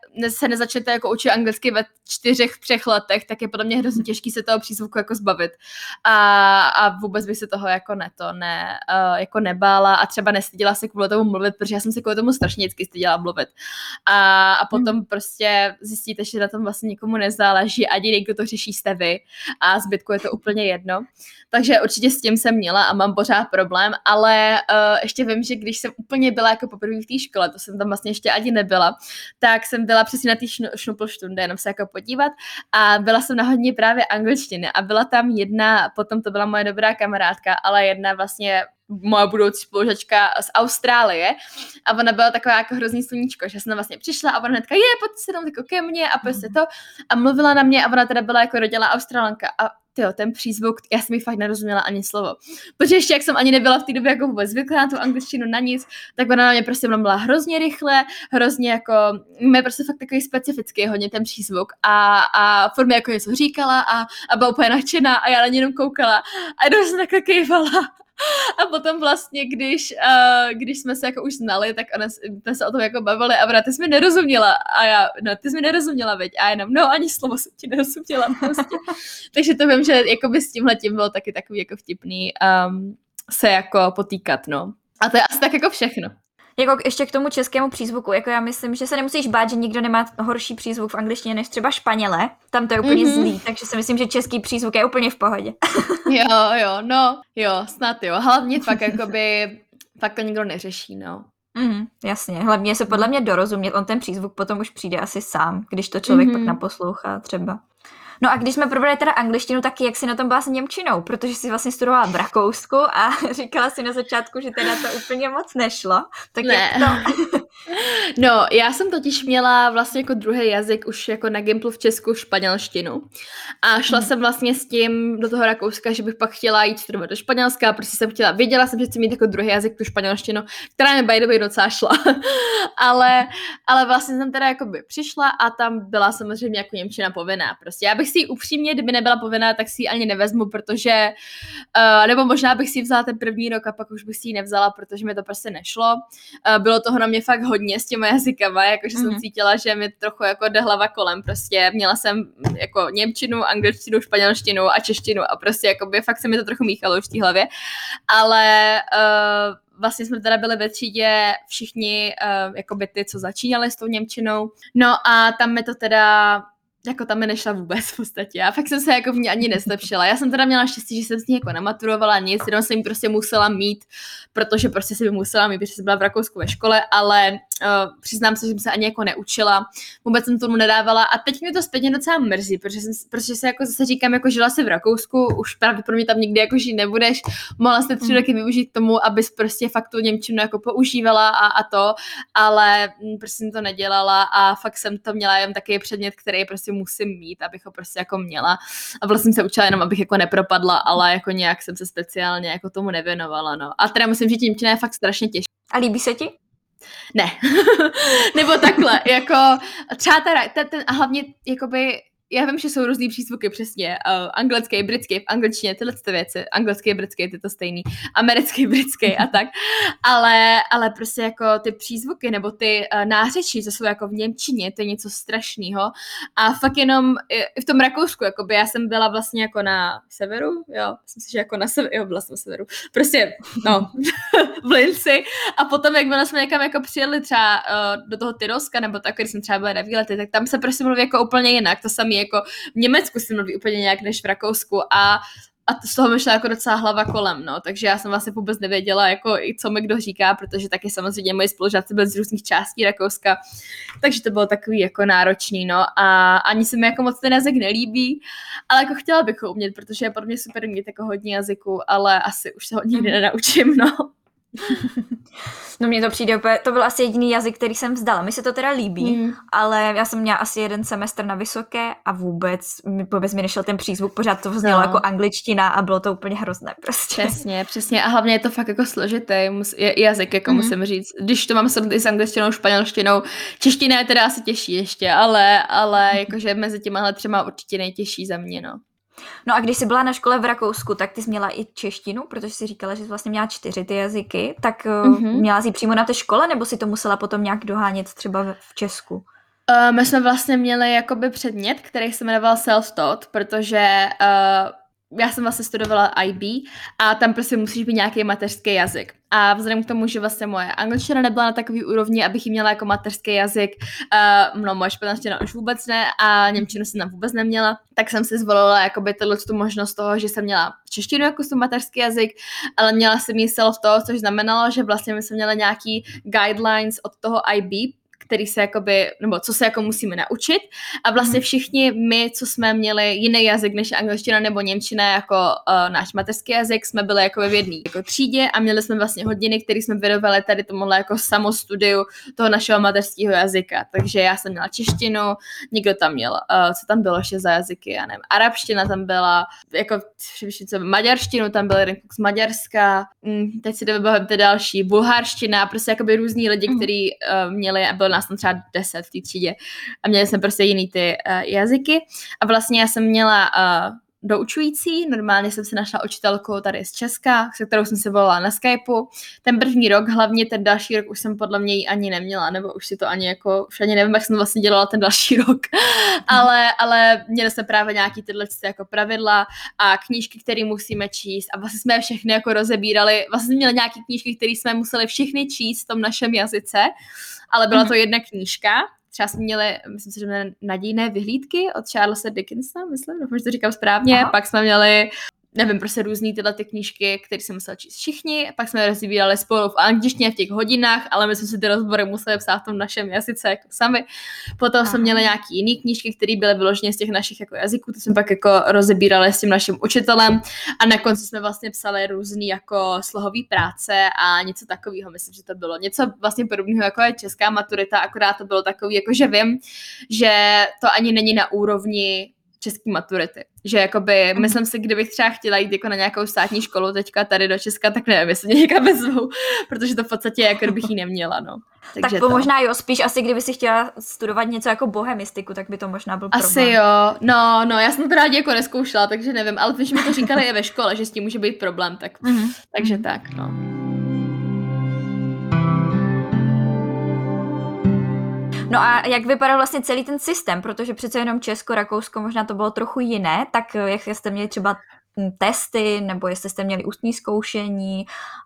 se nezačnete jako učit anglicky ve čtyřech, třech letech, tak je podle mě hrozně těžký se toho přízvuku jako zbavit. A, a vůbec bych se toho jako ne, to ne, uh, jako nebála a třeba nestyděla se kvůli tomu mluvit, protože já jsem se kvůli tomu strašně vždycky styděla mluvit. A, a potom hmm. prostě zjistíte, že na tom vlastně nikomu nezáleží, a jediný, kdo to řeší, jste vy a zbytku je to úplně jedno. Takže určitě s tím jsem měla a mám pořád problém, ale uh, ještě vím, že když jsem úplně byla jako poprvé v té škole, to jsem tam vlastně ještě ani nebyla, tak jsem byla přesně na té šnu, šnupelštunde, jenom se jako podívat a byla jsem na hodně právě angličtiny a byla tam jedna, potom to byla moje dobrá kamarádka, ale jedna vlastně moja budoucí spolužačka z Austrálie a ona byla taková jako hrozný sluníčko, že jsem tam vlastně přišla a ona hnedka, je, pojď se tam jako ke mně a prostě to a mluvila na mě a ona teda byla jako rodilá Australanka a tyjo, ten přízvuk, já jsem jí fakt nerozuměla ani slovo. Protože ještě jak jsem ani nebyla v té době jako vůbec zvyklá na tu angličtinu, na nic, tak ona na mě prostě mluvila hrozně rychle, hrozně jako, mě prostě fakt takový specifický hodně ten přízvuk a, a furt mi jako něco říkala a, a byla úplně nadšená a já na ní jenom koukala a jenom jsem takhle kejvala. A potom vlastně, když, uh, když jsme se jako už znali, tak ona, jsme se o tom jako bavili a ona, ty jsi mi nerozuměla. A já, no, ty jsi mi nerozuměla, veď. A jenom, no, ani slovo jsem ti nerozuměla prostě. Takže to vím, že jakoby s tímhletím bylo taky takový jako vtipný um, se jako potýkat, no. A to je asi tak jako všechno. Jako ještě k tomu českému přízvuku, jako já myslím, že se nemusíš bát, že nikdo nemá horší přízvuk v angličtině než třeba Španělé, tam to je úplně mm-hmm. zlý, takže si myslím, že český přízvuk je úplně v pohodě. Jo, jo, no, jo, snad jo, hlavně fakt jakoby, fakt to nikdo neřeší, no. Mm, jasně, hlavně se podle mě dorozumět, on ten přízvuk potom už přijde asi sám, když to člověk mm-hmm. pak naposlouchá třeba. No a když jsme probrali teda angličtinu, tak jak jsi na tom byla s němčinou? Protože jsi vlastně studovala v Rakousku a říkala si na začátku, že teda to úplně moc nešlo. Tak ne. jak to? No, já jsem totiž měla vlastně jako druhý jazyk už jako na Gimplu v Česku španělštinu. A šla hmm. jsem vlastně s tím do toho Rakouska, že bych pak chtěla jít studovat do Španělska, protože jsem chtěla, věděla jsem, že chci mít jako druhý jazyk tu španělštinu, která mi by the way docela šla. ale, ale vlastně jsem teda jakoby přišla a tam byla samozřejmě jako němčina povinná. Prostě já bych si ji upřímně, kdyby nebyla povinná, tak si ji ani nevezmu, protože, uh, nebo možná bych si ji vzala ten první rok a pak už bych si ji nevzala, protože mi to prostě nešlo. Uh, bylo toho na mě fakt hodně s těma jazykama, jakože mm-hmm. jsem cítila, že mi trochu jako jde hlava kolem, prostě měla jsem jako němčinu, angličtinu, španělštinu a češtinu a prostě jakoby fakt se mi to trochu míchalo už v té hlavě, ale uh, vlastně jsme teda byli ve třídě všichni uh, jakoby ty, co začínali s tou němčinou, no a tam mi to teda jako tam mi nešla vůbec v podstatě. Já fakt jsem se jako v ní ani nezlepšila. Já jsem teda měla štěstí, že jsem s ní jako nematurovala nic, jenom jsem ji prostě musela mít, protože prostě jsem ji musela mít, protože jsem byla v Rakousku ve škole, ale uh, přiznám se, že jsem se ani jako neučila. Vůbec jsem tomu nedávala a teď mě to zpětně docela mrzí, protože, jsem, protože se jako zase říkám, jako žila si v Rakousku, už pravděpodobně tam nikdy jako žít nebudeš, mohla jste tři roky využít k tomu, abys prostě fakt tu němčinu jako používala a, a to, ale hm, prostě jsem to nedělala a fakt jsem to měla jen takový předmět, který prostě musím mít, abych ho prostě jako měla. A vlastně jsem se učila jenom, abych jako nepropadla, ale jako nějak jsem se speciálně jako tomu nevěnovala, no. A teda myslím, že němčina je fakt strašně těžká. A líbí se ti? Ne. Nebo takhle, jako třeba teda, ten, ten, a hlavně jakoby já vím, že jsou různý přízvuky, přesně, uh, anglický, britský, v angličtině, tyhle ty věci, anglický, britský, ty to stejný, americký, britský a tak, ale, ale prostě jako ty přízvuky nebo ty uh, nářečí, co jsou jako v němčině, to je něco strašného a fakt jenom i v tom Rakousku, jakoby já jsem byla vlastně jako na severu, jo, myslím si, že jako na severu, jo, byla jsem na severu, prostě, no, v Linci a potom, jak byla jsme někam jako přijeli třeba uh, do toho Tyrolska nebo tak, když jsem třeba byla na výlety, tak tam se prostě mluví jako úplně jinak, to samé jako v Německu se mluví úplně nějak než v Rakousku a, a z toho mi šla jako docela hlava kolem, no, takže já jsem vlastně vůbec nevěděla, jako i co mi kdo říká, protože taky samozřejmě moji spolužáci byli z různých částí Rakouska, takže to bylo takový jako náročný, no, a ani se mi jako moc ten jazyk nelíbí, ale jako chtěla bych ho umět, protože je pro mě super mít jako hodně jazyků, ale asi už se ho nikdy nenaučím, no. No mně to přijde úplně, to byl asi jediný jazyk, který jsem vzdala. Mi se to teda líbí, mm. ale já jsem měla asi jeden semestr na vysoké a vůbec, vůbec mi nešel ten přízvuk, pořád to vznělo no. jako angličtina a bylo to úplně hrozné prostě. Přesně, přesně a hlavně je to fakt jako složitý jazyk, jako mm. musím říct. Když to mám srovnat s angličtinou, španělštinou, čeština je teda asi těžší ještě, ale, ale jakože mezi těmahle třema určitě nejtěžší za mě, no. No a když jsi byla na škole v Rakousku, tak ty jsi měla i češtinu, protože jsi říkala, že jsi vlastně měla čtyři ty jazyky, tak mm-hmm. měla jsi ji přímo na té škole, nebo si to musela potom nějak dohánět třeba v Česku? Uh, my jsme vlastně měli jakoby předmět, který se jmenoval self-taught, protože uh, já jsem vlastně studovala I B a tam prostě musíš být nějaký mateřský jazyk. A vzhledem k tomu, že vlastně moje angličtina nebyla na takový úrovni, abych ji měla jako mateřský jazyk, uh, no moje španělština už vůbec ne a němčinu jsem tam vůbec neměla, tak jsem si zvolila jakoby tu možnost toho, že jsem měla češtinu jako svůj mateřský jazyk, ale měla jsem jí self-taught, což znamenalo, že vlastně my jsme měli nějaký guidelines od toho I B, který se jakoby, nebo co se jako musíme naučit a vlastně všichni my, co jsme měli jiný jazyk než angličtina nebo němčina jako uh, náš mateřský jazyk, jsme byli jako v jedné jako třídě a měli jsme vlastně hodiny, které jsme věnovali tady tomuhle jako samostudiu toho našeho mateřského jazyka. Takže já jsem měla češtinu, někdo tam měl, uh, co tam bylo ještě za jazyky, já nevím, arabština tam byla, jako co, maďarštinu, tam byl jeden z Maďarska, mm, teď si dobavím ty další, bulharština, prostě jakoby různí lidi, kteří uh, měli a byli nás tam třeba deset v té třídě a měli jsme prostě jiný ty uh, jazyky a vlastně já jsem měla uh, doučující, normálně jsem si našla učitelku tady z Česka, se kterou jsem se volala na Skypeu. Ten první rok, hlavně ten další rok už jsem podle mě ji ani neměla, nebo už si to ani jako, už ani nevím, jak jsem vlastně dělala ten další rok, ale, ale měli jsme právě nějaký tyhle jako pravidla a knížky, které musíme číst a vlastně jsme všechny jako rozebírali, vlastně jsme měli nějaké knížky, které jsme museli všechny číst v tom našem jazyce, ale byla to jedna knížka. Třeba jsme měli, myslím si, že měli Nadějné vyhlídky od Charlesa Dickensa, myslím, doufám, že to říkám správně. Aha. Pak jsme měli, nevím, prostě různý tyhle ty knížky, které jsme museli číst všichni. Pak jsme rozvíjeli spolu v angličtině v těch hodinách, ale my jsme si ty rozbory museli psát v tom našem jazyce jako sami. Potom Aha. jsme měli nějaký jiný knížky, které byly vyloženě z těch našich jako jazyků, to jsme pak jako rozebírali s tím naším učitelem a na konci jsme vlastně psali různý jako slohový práce a něco takového. Myslím, že to bylo něco vlastně podobného jako je česká maturita, akorát to bylo takový, jako že vím, že to ani není na úrovni český maturity. Že jakoby, myslím si, kdybych třeba chtěla jít jako na nějakou státní školu teďka tady do Česka, tak nevím, jestli mě někam vezmou, protože to v podstatě jako kdybych ji neměla, no. Takže tak to, to možná jo, spíš asi kdyby si chtěla studovat něco jako bohemistiku, tak by to možná byl problém. Asi jo, no, no, já jsem to rádi jako neskoušela, takže nevím, ale když mi to říkali i ve škole, že s tím může být problém, tak, mm-hmm. takže tak, no. No a jak vypadal vlastně celý ten systém, protože přece jenom Česko, Rakousko, možná to bylo trochu jiné, tak jak jste měli třeba testy, nebo jestli jste měli ústní zkoušení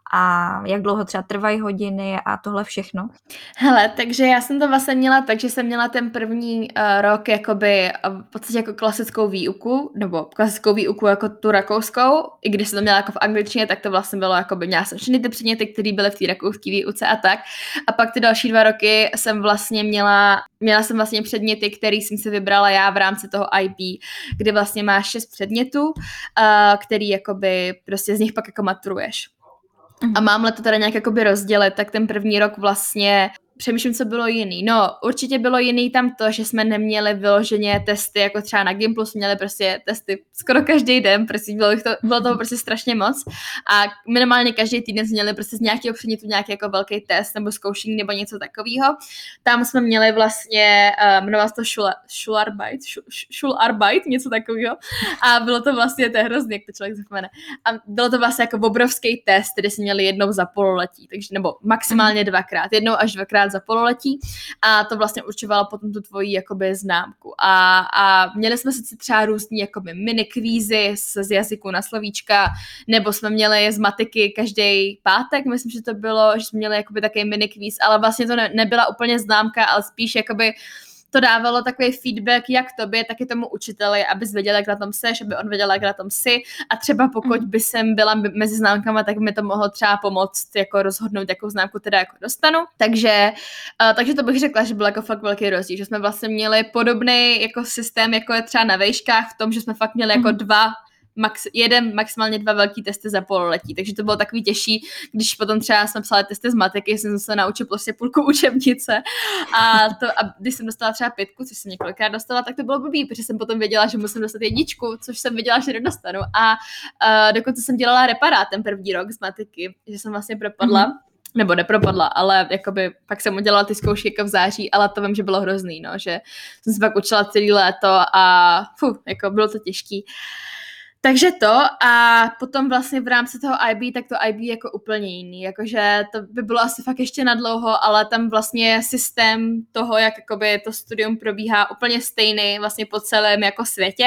a jak dlouho třeba trvají hodiny a tohle všechno? Hele, takže já jsem to vlastně měla tak, že jsem měla ten první uh, rok jakoby uh, v podstatě jako klasickou výuku, nebo klasickou výuku jako tu rakouskou, i když jsem to měla jako v angličtině, tak to vlastně bylo jakoby, měla jsem všechny ty předměty, které byly v té rakouské výuce a tak. A pak ty další dva roky jsem vlastně měla, měla jsem vlastně předměty, které jsem si vybrala já v rámci toho I B, kdy vlastně máš šest předmětů, uh, který jakoby prostě z nich pak jako maturuješ. A mám-li to teda nějak jakoby rozdělit, tak ten první rok vlastně přemýšlím, co bylo jiný. No, určitě bylo jiný tam to, že jsme neměli vyloženě testy, jako třeba na Gimplu jsme měli prostě testy skoro každý den, prostě bylo, to, bylo toho prostě strašně moc a minimálně každý týden jsme měli prostě z nějakého předmětu nějaký jako velký test nebo zkoušení nebo něco takového. Tam jsme měli vlastně, uh, jmenovalo se to Schularbeit, Schularbeit, něco takového a bylo to vlastně, to je hrozný, jak to člověk zapomene. A bylo to vlastně jako obrovský test, který jsme měli jednou za pololetí, takže nebo maximálně dvakrát, jednou až dvakrát za pololetí a to vlastně určovalo potom tu tvoji jakoby známku. A, a měli jsme sice třeba různý jakoby mini kvízy z, z jazyku na slovíčka, nebo jsme měli z matiky každý pátek, myslím, že to bylo, že jsme měli jakoby takový mini kvíz, ale vlastně to ne, nebyla úplně známka, ale spíš jakoby to dávalo takový feedback jak tobě, tak i tomu učiteli, abys věděla, jak na tom seš, aby on věděl, jak na tom jsi a třeba pokud by jsem byla mezi známkama, tak mi to mohlo třeba pomoct jako rozhodnout, jakou známku teda jako dostanu. Takže, uh, takže to bych řekla, že byl jako fakt velký rozdíl, že jsme vlastně měli podobný jako systém, jako je třeba na vejškách v tom, že jsme fakt měli jako dva Max, jeden, maximálně dva velký testy za pololetí, takže to bylo takový těžší, když potom třeba jsme psali testy z matiky, jsem se naučila prostě půlku učebnice a, to, a když jsem dostala třeba pětku, což jsem několikrát dostala, tak to bylo blbý, protože jsem potom věděla, že musím dostat jedničku, což jsem věděla, že nedostanu a uh, dokonce jsem dělala reparát ten první rok z matiky, že jsem vlastně propadla, mm-hmm. nebo nepropadla, ale jakoby pak jsem udělala ty zkoušky jako v září, ale to vím, že bylo hrozný, no, že jsem se pak učila celý léto a fuh, jako bylo to těžký. Takže to a potom vlastně v rámci toho I B, tak to I B je jako úplně jiný, jakože to by bylo asi fakt ještě na dlouho, ale tam vlastně systém toho, jak jakoby to studium probíhá úplně stejný vlastně po celém jako světě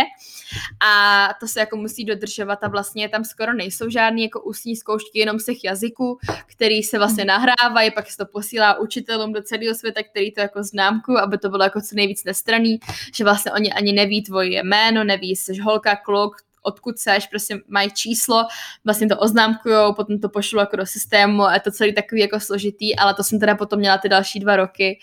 a to se jako musí dodržovat a vlastně tam skoro nejsou žádný jako ústní zkoušky, jenom z těch jazyků, který se vlastně nahrávají, pak se to posílá učitelům do celého světa, který to jako známku, aby to bylo jako co nejvíc nestranný, že vlastně oni ani neví tvoje jméno, neví, jsi holka, kluk, odkud seš, prostě mají číslo, vlastně to oznámkujou, potom to pošlu jako do systému a je to celý takový jako složitý, ale to jsem teda potom měla ty další dva roky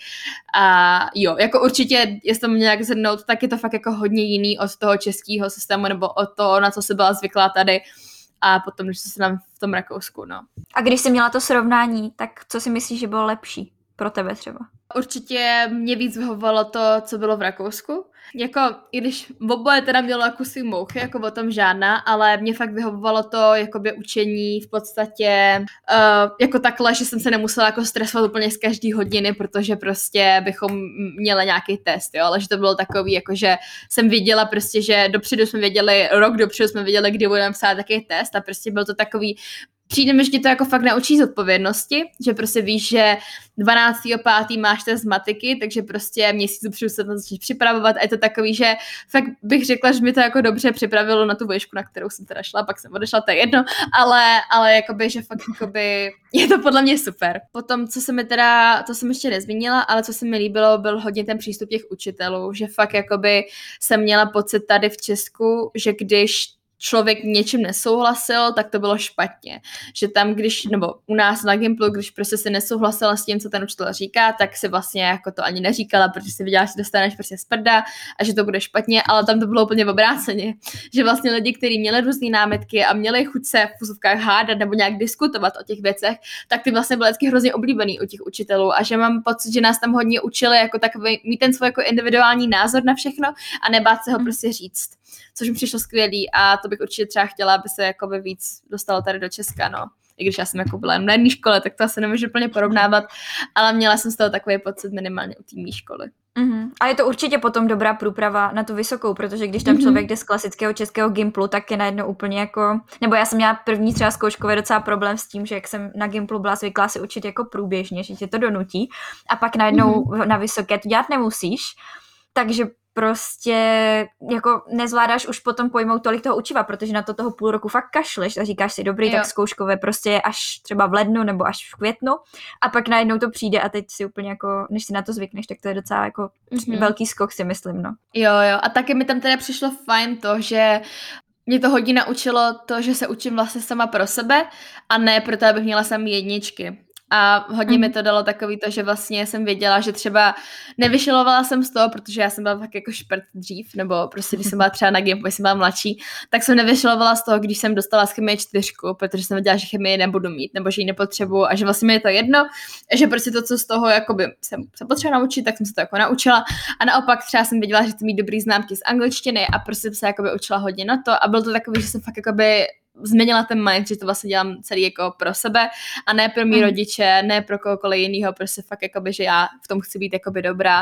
a jo, jako určitě, jestli to nějak zhrnout, tak je to fakt jako hodně jiný od toho českého systému nebo od toho, na co se byla zvyklá tady a potom, když se tam v tom Rakousku, no. A když jsi měla to srovnání, tak co si myslíš, že bylo lepší pro tebe třeba? Určitě mě víc vyhovovalo to, co bylo v Rakousku. Jako, i když oboje teda mělo jako svý mouchy, jako o tom žádná, ale mě fakt vyhovovalo to jakoby učení v podstatě uh, jako takhle, že jsem se nemusela jako stresovat úplně z každý hodiny, protože prostě bychom měli nějaký test, jo, ale že to bylo takový, jako že jsem věděla prostě, že dopředu jsme věděli, rok dopředu jsme věděli, kdy budeme psát taký test a prostě byl to takový. Přijde mi, že tě to jako fakt naučí zodpovědnosti, že prostě víš, že dvanáctého pátého máš test z matiky, takže prostě měsíc dopředu se to začneš připravovat a je to takový, že fakt bych řekla, že mi to jako dobře připravilo na tu výšku, na kterou jsem teda šla, pak jsem odešla, to je jedno, ale, ale jakoby, že fakt jakoby, je to podle mě super. Potom, co se mi teda, to jsem ještě nezmínila, ale co se mi líbilo, byl hodně ten přístup těch učitelů, že fakt jakoby jsem měla pocit tady v Česku, že když člověk něčím nesouhlasil, tak to bylo špatně. Že tam, když, nebo u nás na Gimplu, když prostě si nesouhlasila s tím, co ten učitel říká, tak si vlastně jako to ani neříkala, protože si viděla, že dostaneš prostě z prda a že to bude špatně, ale tam to bylo úplně obráceně. Že vlastně lidi, kteří měli různé námitky a měli chuť se v úzovkách hádat nebo nějak diskutovat o těch věcech, tak ty vlastně byly vždycky hrozně oblíbený u těch učitelů a že mám pocit, že nás tam hodně učili jako takový, mít ten svůj jako individuální názor na všechno a nebát se ho prostě říct. Což mi přišlo skvělý a to bych určitě třeba chtěla, aby se jakoby víc dostalo tady do Česka, no. I když já jsem jako byla jen na jedné škole, tak to asi nemůžu úplně porovnávat, ale měla jsem z toho takový pocit minimálně u té mý školy. Mm-hmm. A je to určitě potom dobrá průprava na tu vysokou, protože když tam mm-hmm. člověk jde z klasického českého Gimplu, tak je najednou úplně jako, nebo já jsem měla první třeba zkouškově docela problém s tím, že jak jsem na Gimplu byla zvyklá si učit jako průběžně, že tě to donutí a pak najednou mm-hmm. na vysoké to dělat nemusíš, takže prostě jako nezvládáš už potom pojmout tolik toho učiva, protože na to toho půl roku fakt kašleš a říkáš si, dobrý, jo. Tak zkouškové prostě je až třeba v lednu nebo až v květnu a pak najednou to přijde a teď si úplně jako, než si na to zvykneš, tak to je docela jako mm-hmm. velký skok, si myslím, no. Jo, jo, a taky mi tam teda přišlo fajn to, že mě to hodně naučilo to, že se učím vlastně sama pro sebe a ne proto, abych měla samý jedničky. A hodně mm. mi to dalo takový to, že vlastně jsem věděla, že třeba nevyšilovala jsem z toho, protože já jsem byla tak jako šprt dřív, nebo prostě když jsem byla třeba na Gimplu, když jsem byla mladší, tak jsem nevyšilovala z toho, když jsem dostala z chemie čtyřku, protože jsem věděla, že chemii nebudu mít, nebo že ji nepotřebuju a že vlastně mi je to jedno, že prostě to, co z toho jakoby jsem se potřeba naučit, tak jsem se to jako naučila a naopak třeba jsem věděla, že chci mít dobrý známky z angličtiny a prostě jsem se jakoby učila hodně na to a byl to takový, že jsem fakt jakoby změnila ten mind, že to vlastně dělám celý jako pro sebe a ne pro mý mm. rodiče, ne pro kohokoliv jinýho, prostě fakt jakoby, že já v tom chci být jakoby dobrá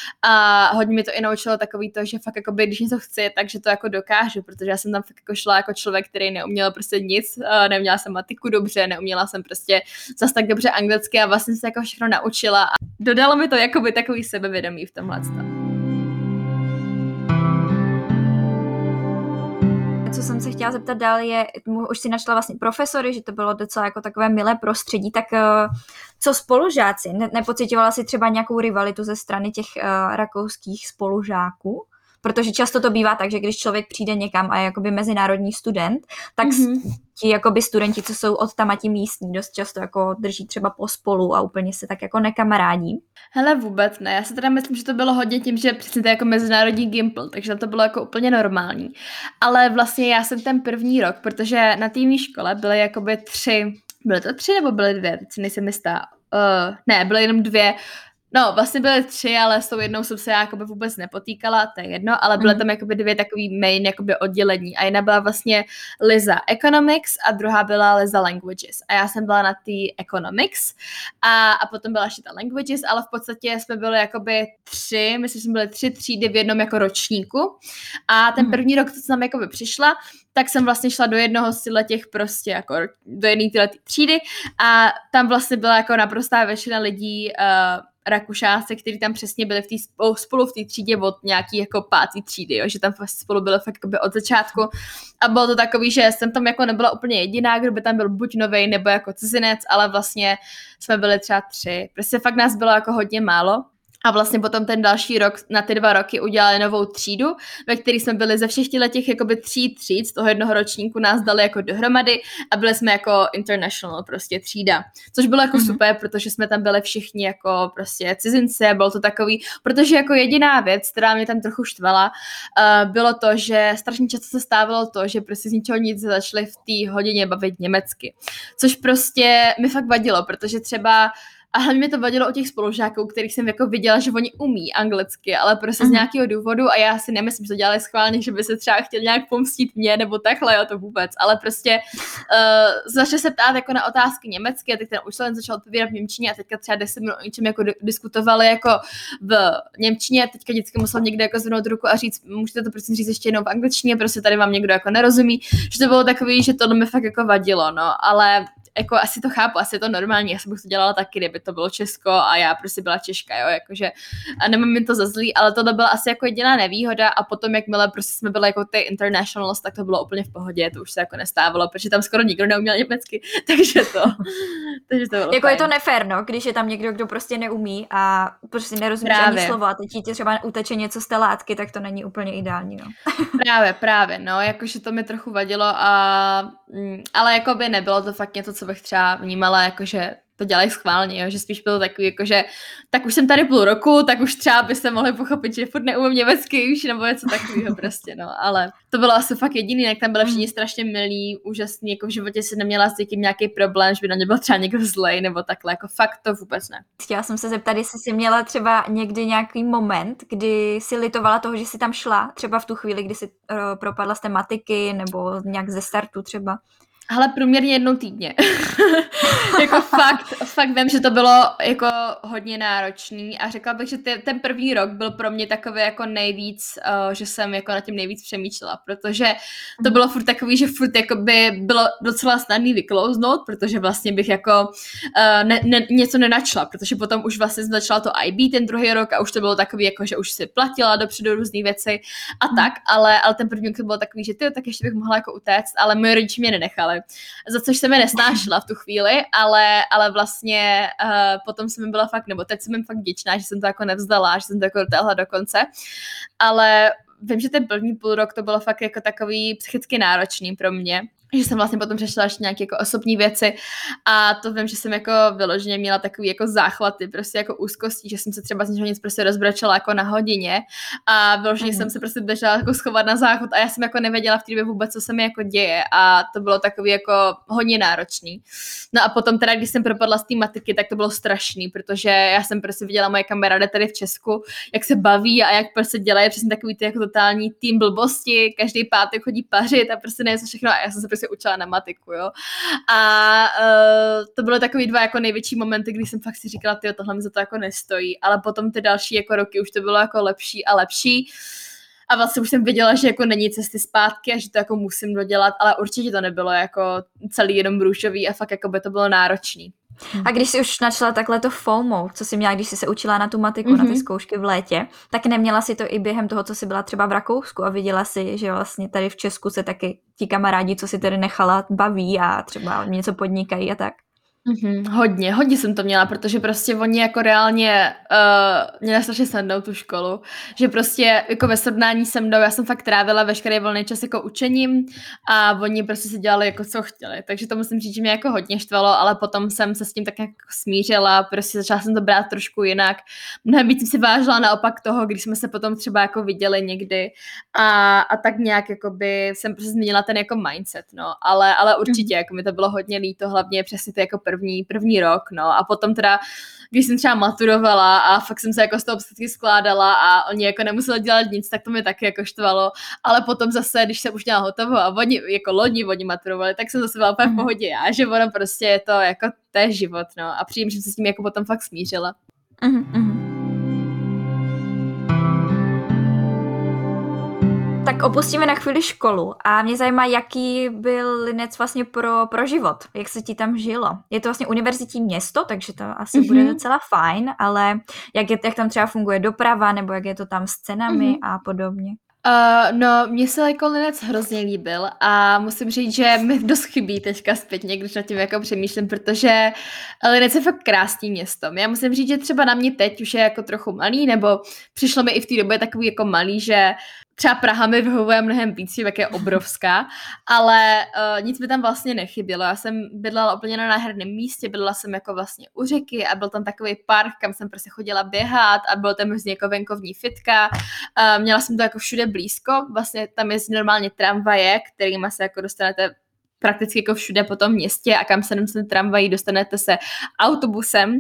a hodně mi to i naučilo takový to, že fakt jakoby, když něco chci, takže to jako dokážu, protože já jsem tam fakt jako šla jako člověk, který neuměl prostě nic, neuměla jsem matiku dobře, neuměla jsem prostě zas tak dobře anglicky a vlastně se jako všechno naučila a dodalo mi to jakoby takový sebevědomí v tomhle stavu. Co jsem se chtěla zeptat dál je, už si našla vlastně profesory, že to bylo docela jako takové milé prostředí, tak co spolužáci? Ne- nepocitovala si třeba nějakou rivalitu ze strany těch uh, rakouských spolužáků? Protože často to bývá tak, že když člověk přijde někam a je jakoby mezinárodní student, tak mm-hmm. ti jakoby studenti, co jsou od tam a ti místní, dost často jako drží třeba pospolu a úplně se tak jako nekamarádí. Hele, vůbec ne. Já si teda myslím, že to bylo hodně tím, že přesně to je jako mezinárodní Gimpl, takže to bylo jako úplně normální. Ale vlastně já jsem ten první rok, protože na té mý škole byly jakoby tři, byly to tři nebo byly dvě, teď si nejsem jistá. Uh, ne, byly jenom dvě. No, vlastně byly tři, ale s tou jednou jsem se jakoby vůbec nepotýkala, to je jedno, ale byly tam jakoby dvě takový main jakoby oddělení a jedna byla vlastně Liza Economics a druhá byla Liza Languages a já jsem byla na té Economics a, a potom byla ještě ta Languages, ale v podstatě jsme byli jakoby tři, myslím, že jsme byli tři třídy v jednom jako ročníku a ten první rok, co jsem tam jakoby přišla, tak jsem vlastně šla do jednoho z těch prostě jako do jedné tyhle třídy a tam vlastně byla jako naprostá většina lidí uh, Rakušáci, kteří tam přesně byli v tý, spolu v té třídě od nějaký jako pátý třídy, jo, že tam spolu byli fakt od začátku a bylo to takový, že jsem tam jako nebyla úplně jediná, kdo by tam byl buď novej nebo jako cizinec, ale vlastně jsme byli třeba tři. Prostě fakt nás bylo jako hodně málo. A vlastně potom ten další rok, na ty dva roky udělali novou třídu, ve které jsme byli ze všech těch jakoby tří tříd, z toho jednoho ročníku nás dali jako dohromady a byli jsme jako international prostě třída. Což bylo jako mm-hmm. super, protože jsme tam byli všichni jako prostě cizinci, bylo to takový, protože jako jediná věc, která mě tam trochu štvala, uh, bylo to, že strašně často se stávalo to, že prostě z ničeho nic začali v té hodině bavit německy. Což prostě mi fakt vadilo, protože třeba a hlavně mi to vadilo o těch spolužáků, kterých jsem jako viděla, že oni umí anglicky, ale prostě mm. z nějakého důvodu a já si nemyslím, že to dělali schválně, že by se třeba chtěl nějak pomstít mě nebo takhle, jo, to vůbec, ale prostě uh, začali se ptát jako na otázky německy a teď ten učitelem začal odpovídat v němčině a teďka třeba deset minut o něčem jako diskutovali jako v němčině a teďka vždycky musel někde jako zvednout ruku a říct, můžete to prostě říct ještě jednou v angličtině, prostě tady vám někdo jako nerozumí, že to bylo takový, že to mi fakt jako vadilo, no, ale jako asi to chápu, asi je to normální, já jsem bych to dělala taky, kdyby to bylo Česko a já prostě byla Češka, jo, jakože a nemám mi to za zlý, ale tohle byla asi jako jediná nevýhoda a potom, jakmile prostě jsme byli jako ty internationals, tak to bylo úplně v pohodě, to už se jako nestávalo, protože tam skoro nikdo neuměl německy, takže to, takže to bylo Jako fajn. je to nefér, no, když je tam někdo, kdo prostě neumí a prostě nerozumí ani slovo a teď ti třeba uteče něco z té látky, tak to není úplně ideální, no. Právě, právě, no, jakože to mi trochu vadilo a, ale jako by nebylo to fakt něco, co bych třeba vnímala, jakože to dělají schválně, jo? Že spíš bylo takový, jakože tak už jsem tady půl roku, tak už třeba byste mohli pochopit, že furt neumím německy už, nebo něco takového prostě, no, ale to bylo asi fakt jediný, jak tam byli všichni strašně milí, úžasný, jako v životě si neměla s někým nějaký problém, že by na mě byl třeba někdo zlej, nebo takhle, jako fakt to vůbec ne. Chtěla jsem se zeptat, jestli jsi měla třeba někdy nějaký moment, kdy si litovala toho, že jsi tam šla, třeba v tu chvíli, kdy jsi uh, propadla z té matiky, nebo nějak ze startu třeba. Ale průměrně jednou týdně. Jako fakt, fakt vím, že to bylo jako hodně náročný a řekla bych, že ty, ten první rok byl pro mě takový jako nejvíc, uh, že jsem jako na tím nejvíc přemýšlela, protože to bylo furt takový, že furt jako by bylo docela snadný vyklouznout, protože vlastně bych jako uh, ne, ne, něco nenačla, protože potom už vlastně jsem začala to I B ten druhý rok a už to bylo takový jako, že už si platila dopředu různý věci a tak, ale, ale ten první rok to bylo takový, že ty, tak ještě bych mohla jako utéct, ale moji rodiče mě nenechali. Za což jsem mi nesnášela v tu chvíli, ale, ale vlastně uh, potom jsem mi byla fakt, nebo teď jsem jim fakt vděčná, že jsem to jako nevzdala, že jsem to jako dotáhla do konce, ale vím, že ten první půl rok to bylo fakt jako takový psychicky náročný pro mě, že jsem vlastně potom řešila ještě nějaké jako osobní věci a to vím, že jsem jako vyloženě měla takový jako záchvaty, prostě jako úzkostí, že jsem se třeba z ničeho nic prostě rozbračila jako na hodině a vyloženě mm. jsem se prostě běžela jako schovat na záchod a já jsem jako nevěděla v té době vůbec, co se mi jako děje a to bylo takový jako hodně náročný. No a potom teda, když jsem propadla z té matiky, tak to bylo strašný, protože já jsem prostě viděla moje kamarády tady v Česku, jak se baví a jak prostě dělají přesně takový ty jako totální tým blbosti, každý pátek chodí pařit a prostě nejsou všechno a já jsem se prostě učila na matiku, jo. A uh, to bylo takový dva jako největší momenty, kdy jsem fakt si říkala, tyjo, tohle mi za to jako nestojí, ale potom ty další jako roky už to bylo jako lepší a lepší. A vlastně už jsem věděla, že jako není cesty zpátky a že to jako musím dodělat, ale určitě to nebylo jako celý jenom růžový a fakt jako by to bylo náročný. A když jsi už načala takhle to FOMO, co jsi měla, když jsi se učila na tu matiku, mm-hmm. na ty zkoušky v létě, tak neměla si to i během toho, co jsi byla třeba v Rakousku a viděla si, že vlastně tady v Česku se taky ti kamarádi, co si tady nechala, baví a třeba něco podnikají a tak? Mm-hmm, hodně, hodně jsem to měla, protože prostě oni jako reálně uh, měli strašně se mnou tu školu, že prostě jako ve srovnání se mnou, já jsem fakt trávila veškerý volný čas jako učením a oni prostě si dělali jako co chtěli, takže to musím říct, že mě jako hodně štvalo, ale potom jsem se s tím tak jako smířila, prostě začala jsem to brát trošku jinak, mnohem víc jsem si vážila naopak toho, když jsme se potom třeba jako viděli někdy a, a tak nějak jakoby jsem prostě změnila ten jako mindset, no, ale, ale určitě, jako mi to bylo hodně líto, hlavně přesně to jako První, první rok, no a potom teda, když jsem třeba maturovala a fakt jsem se jako z toho psychicky skládala a oni jako nemuseli dělat nic, tak to mi taky jako štvalo, ale potom zase, když jsem už měla hotovo a oni, jako loni oni maturovali, tak jsem zase byla úplně v pohodě já, že ono prostě je to jako, to je život, no a přijím, že jsem se s tím jako potom fakt smířila. Mm-hmm. Tak opustíme na chvíli školu a mě zajímá, jaký byl Linec vlastně pro, pro život, jak se ti tam žilo. Je to vlastně univerzitní město, takže to asi mm-hmm. bude docela fajn, ale jak, je, jak tam třeba funguje doprava, nebo jak je to tam s cenami mm-hmm. a podobně. Uh, no, mně se jako Linec hrozně líbil a musím říct, že mi dost chybí teďka zpětně, když nad tím jako přemýšlím, protože Linec je fakt krásný město. Já musím říct, že třeba na mě teď už je jako trochu malý, nebo přišlo mi i v té době takový jako malý, že třeba Praha mi vyhovuje mnohem víc, jak je obrovská, ale uh, nic mi tam vlastně nechybělo. Já jsem bydlela úplně na nádherném místě, bydlela jsem jako vlastně u řeky a byl tam takový park, kam jsem prostě chodila běhat a bylo tam různě jako venkovní fitka. Uh, měla jsem to jako všude blízko, vlastně tam jezdí normálně tramvaje, kterýma se jako dostanete prakticky jako všude po tom městě a kam se nemusíte tramvají, dostanete se autobusem,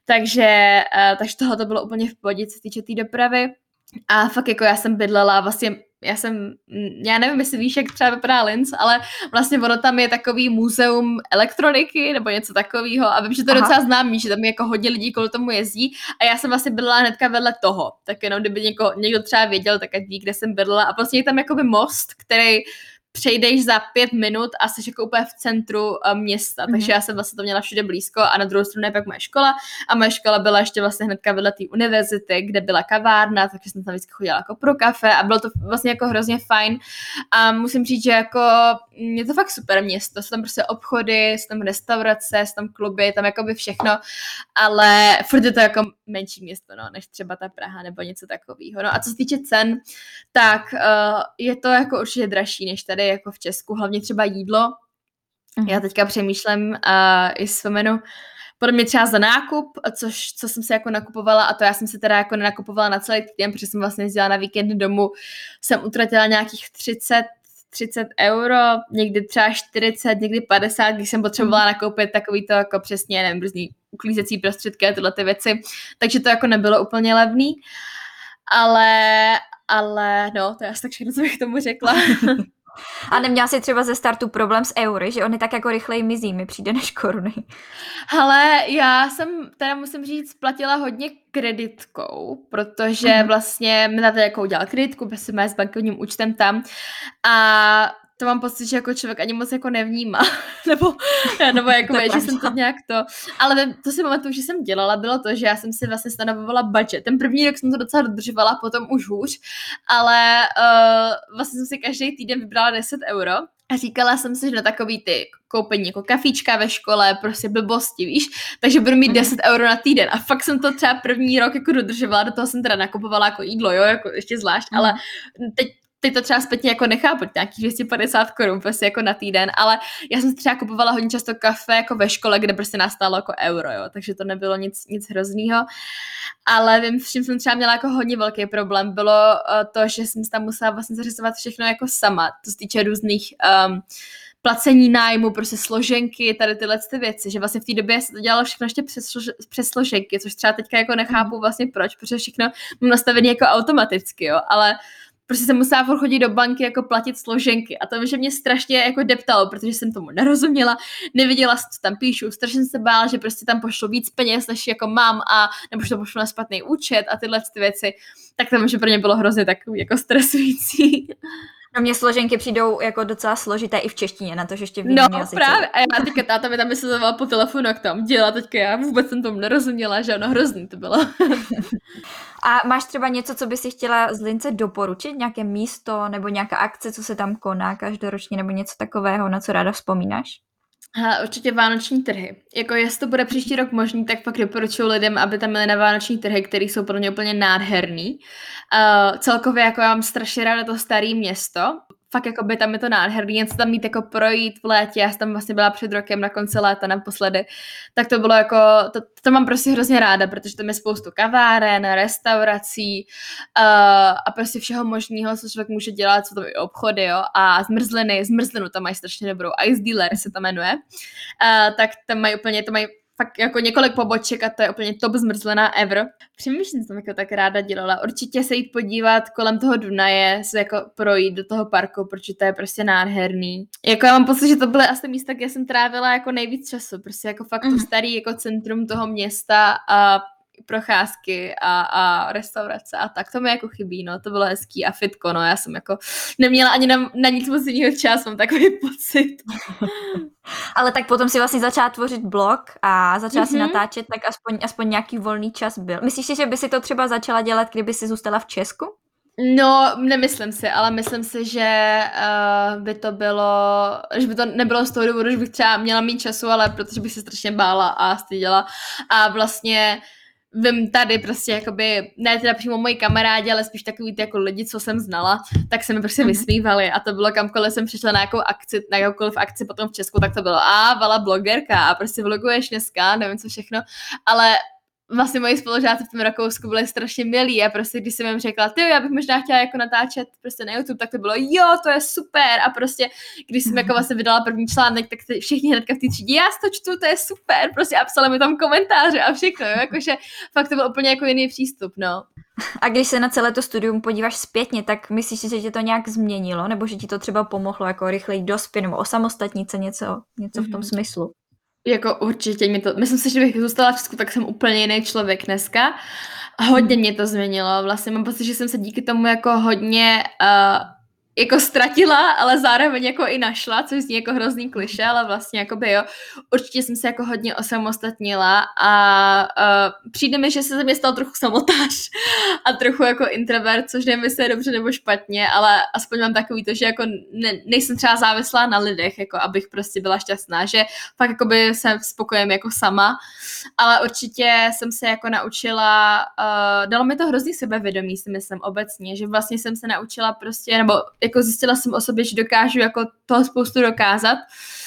takže, uh, takže tohle to bylo úplně v pohodě, co se týče té tý dopravy. A fakt jako já jsem bydlela, vlastně já jsem, já nevím, jestli víš, jak třeba vypadá Linz, ale vlastně ono tam je takový muzeum elektroniky nebo něco takového a vím, že to je docela známý, že tam je jako hodně lidí kvůli tomu jezdí a já jsem vlastně bydlela hnedka vedle toho, tak jenom kdyby něko, někdo třeba věděl, tak ať ví, kde jsem bydlela a vlastně je tam jakoby most, který přejdeš za pět minut a jsi jako úplně v centru uh, města, mm-hmm. takže já jsem vlastně to měla všude blízko a na druhou stranu je pak moje škola a moje škola byla ještě vlastně hnedka vedle té univerzity, kde byla kavárna, takže jsem tam vždycky chodila jako pro kafe a bylo to vlastně jako hrozně fajn a musím říct, že jako je to fakt super město, jsou tam prostě obchody, jsou tam restaurace, jsou tam kluby, tam jakoby všechno, ale furt je to jako menší město, no, než třeba ta Praha nebo něco takového. No a co se týče cen, tak uh, je to jako určitě dražší než tady jako v Česku, hlavně třeba jídlo. Mm. Já teďka přemýšlím a uh, i vzpomenu podle mě třeba za nákup, což, co jsem se jako nakupovala a to já jsem se teda jako nenakupovala na celý týden, protože jsem vlastně jezdila na víkendy domů, jsem utratila nějakých třicet euro, někdy třeba čtyřicet, někdy padesát, když jsem potřebovala nakoupit takový to jako přesně, nevím, různý uklízecí prostředky a tyhle ty věci, takže to jako nebylo úplně levný, ale, ale no, to je asi tak všechno, co bych k tomu řekla. A neměla jsi třeba ze startu problém s eury, že oni tak jako rychleji mizí, mi přijde než koruny. Hele, já jsem teda musím říct, platila hodně kreditkou, protože mm. vlastně mi tady jako udělal kreditku, protože má s bankovním účtem tam a to mám pocit, že jako člověk ani moc jako nevnímá, nebo, nebo jako je, že jsem to nějak to, ale to si pamatuju, že jsem dělala, bylo to, že já jsem si vlastně stanovovala budget. Ten první rok jsem to docela dodržovala, potom už hůř, ale uh, vlastně jsem si každý týden vybrala deset euro a říkala jsem si, že na takový ty koupení jako kafíčka ve škole, prostě blbosti, víš, takže budu mít deset euro na týden a fakt jsem to třeba první rok jako dodržovala, do toho jsem teda nakupovala jako jídlo, jo, jako ještě zvlášť, mm. ale teď Teď to třeba zpětně jako nechápu, nějakých dvě stě padesát korun prostě jako na týden, ale já jsem si třeba kupovala hodně často kafe jako ve škole, kde prostě nás stálo jako euro, jo, takže to nebylo nic, nic hroznýho, ale vím, s čím jsem třeba měla jako hodně velký problém, bylo uh, to, že jsem tam musela vlastně zařizovat všechno jako sama, to se týče různých um, placení nájmu, prostě složenky, tady tyhle ty věci, že vlastně v té době se to dělalo všechno ještě přes, přes složenky, což třeba teďka jako nechápu vlastně proč, protože všechno mám nastavené jako automaticky, jo, ale prostě jsem musela furt chodit do banky jako platit složenky a to že mě strašně jako deptalo, protože jsem tomu nerozuměla, neviděla, co tam píšu, strašně se bála, že prostě tam pošlu víc peněz, než jako mám a nebo že to pošlu na špatný účet a tyhle ty věci, tak to že pro mě bylo hrozně takový jako stresující. No mě složenky přijdou jako docela složité i v češtině, na to, že ještě v jiném No jazyce. právě, a já teďka táta mi tam vysvětlovala po telefonu, jak tam dělá, teďka já vůbec jsem tomu nerozuměla, že ono hrozný to bylo. A máš třeba něco, co by si chtěla z Lince doporučit, nějaké místo nebo nějaká akce, co se tam koná každoročně nebo něco takového, na co ráda vzpomínáš? Ha, určitě vánoční trhy. Jako jestli to bude příští rok možný, tak pak doporučuji lidem, aby tam měli na vánoční trhy, které jsou pro mě úplně nádherný. Uh, celkově jako já mám strašně ráda to staré město. Fakt jako by tam je to nádherný, jen se tam mít jako projít v létě, já jsem tam vlastně byla před rokem na konci léta naposledy, tak to bylo jako, to, to mám prostě hrozně ráda, protože tam je spoustu kaváren, restaurací uh, a prostě všeho možného, co člověk může dělat, co to i obchody, jo, a zmrzliny, zmrzlinu tam mají strašně dobrou, Ice Dealer se to jmenuje, uh, tak tam mají úplně, to mají fakt jako několik poboček a to je úplně top zmrzlená ever. Přemýšlím, jsem jako tak ráda dělala. Určitě se jít podívat kolem toho Dunaje, se jako projít do toho parku, protože to je prostě nádherný. Jako já mám pocit, že to byly asi místa, kde jsem trávila jako nejvíc času. Prostě jako fakt mm. to starý jako centrum toho města a procházky a, a restaurace a tak, to mi jako chybí, no, to bylo hezký a fitko, no, já jsem jako neměla ani na, na nic moc jiného čas, mám takový pocit. Ale tak potom si vlastně začala tvořit blog a začala mm-hmm. si natáčet, tak aspoň, aspoň nějaký volný čas byl. Myslíš si, že by si to třeba začala dělat, kdyby si zůstala v Česku? No, nemyslím si, ale myslím si, že uh, by to bylo, že by to nebylo z toho důvodu, že bych třeba měla mít času, ale protože bych se strašně bála a styděla. A vlastně vím tady prostě jakoby, ne teda přímo moji kamarádi, ale spíš takový ty jako lidi, co jsem znala, tak se mi prostě vysmívali a to bylo kamkoliv jsem přišla na nějakou akci, na jakoukoliv akci potom v Česku, tak to bylo a vala blogerka a prostě vloguješ dneska, nevím co všechno, ale vlastně moji spolužáci v tom Rakousku byli strašně milí a prostě když jsem jim řekla, ty já bych možná chtěla jako natáčet prostě na YouTube, tak to bylo jo, to je super a prostě když jsem jako vlastně vydala první článek, tak všichni hnedka v té třídě, já si to čtu, to je super, prostě a psali mi tam komentáře a všechno, jo, jakože fakt to byl úplně jako jiný přístup, no. A když se na celé to studium podíváš zpětně, tak myslíš si, že tě to nějak změnilo, nebo že ti to třeba pomohlo jako rychleji dospět nebo osamostatnit se něco, něco v tom smyslu? Jako určitě mě to, myslím si, že bych zůstala v Česku, tak jsem úplně jiný člověk dneska. Hodně mě to změnilo, vlastně mám pocit, že jsem se díky tomu jako hodně uh, jako ztratila, ale zároveň jako i našla, což zní jako hrozný klišé, ale vlastně jako by jo, určitě jsem se jako hodně osamostatnila a uh, přijde mi, že se ze mě stal trochu samotář a trochu jako introvert, což nevím, jestli je dobře nebo špatně, ale aspoň mám takový to, že jako ne, nejsem třeba závislá na lidech, jako abych prostě byla šťastná, že fakt jako by jsem spokojem jako sama, ale určitě jsem se jako naučila, uh, dalo mi to hrozný sebevědomí, si myslím obecně, že vlastně jsem se naučila prostě, nebo jako zjistila jsem o sobě, že dokážu jako toho spoustu dokázat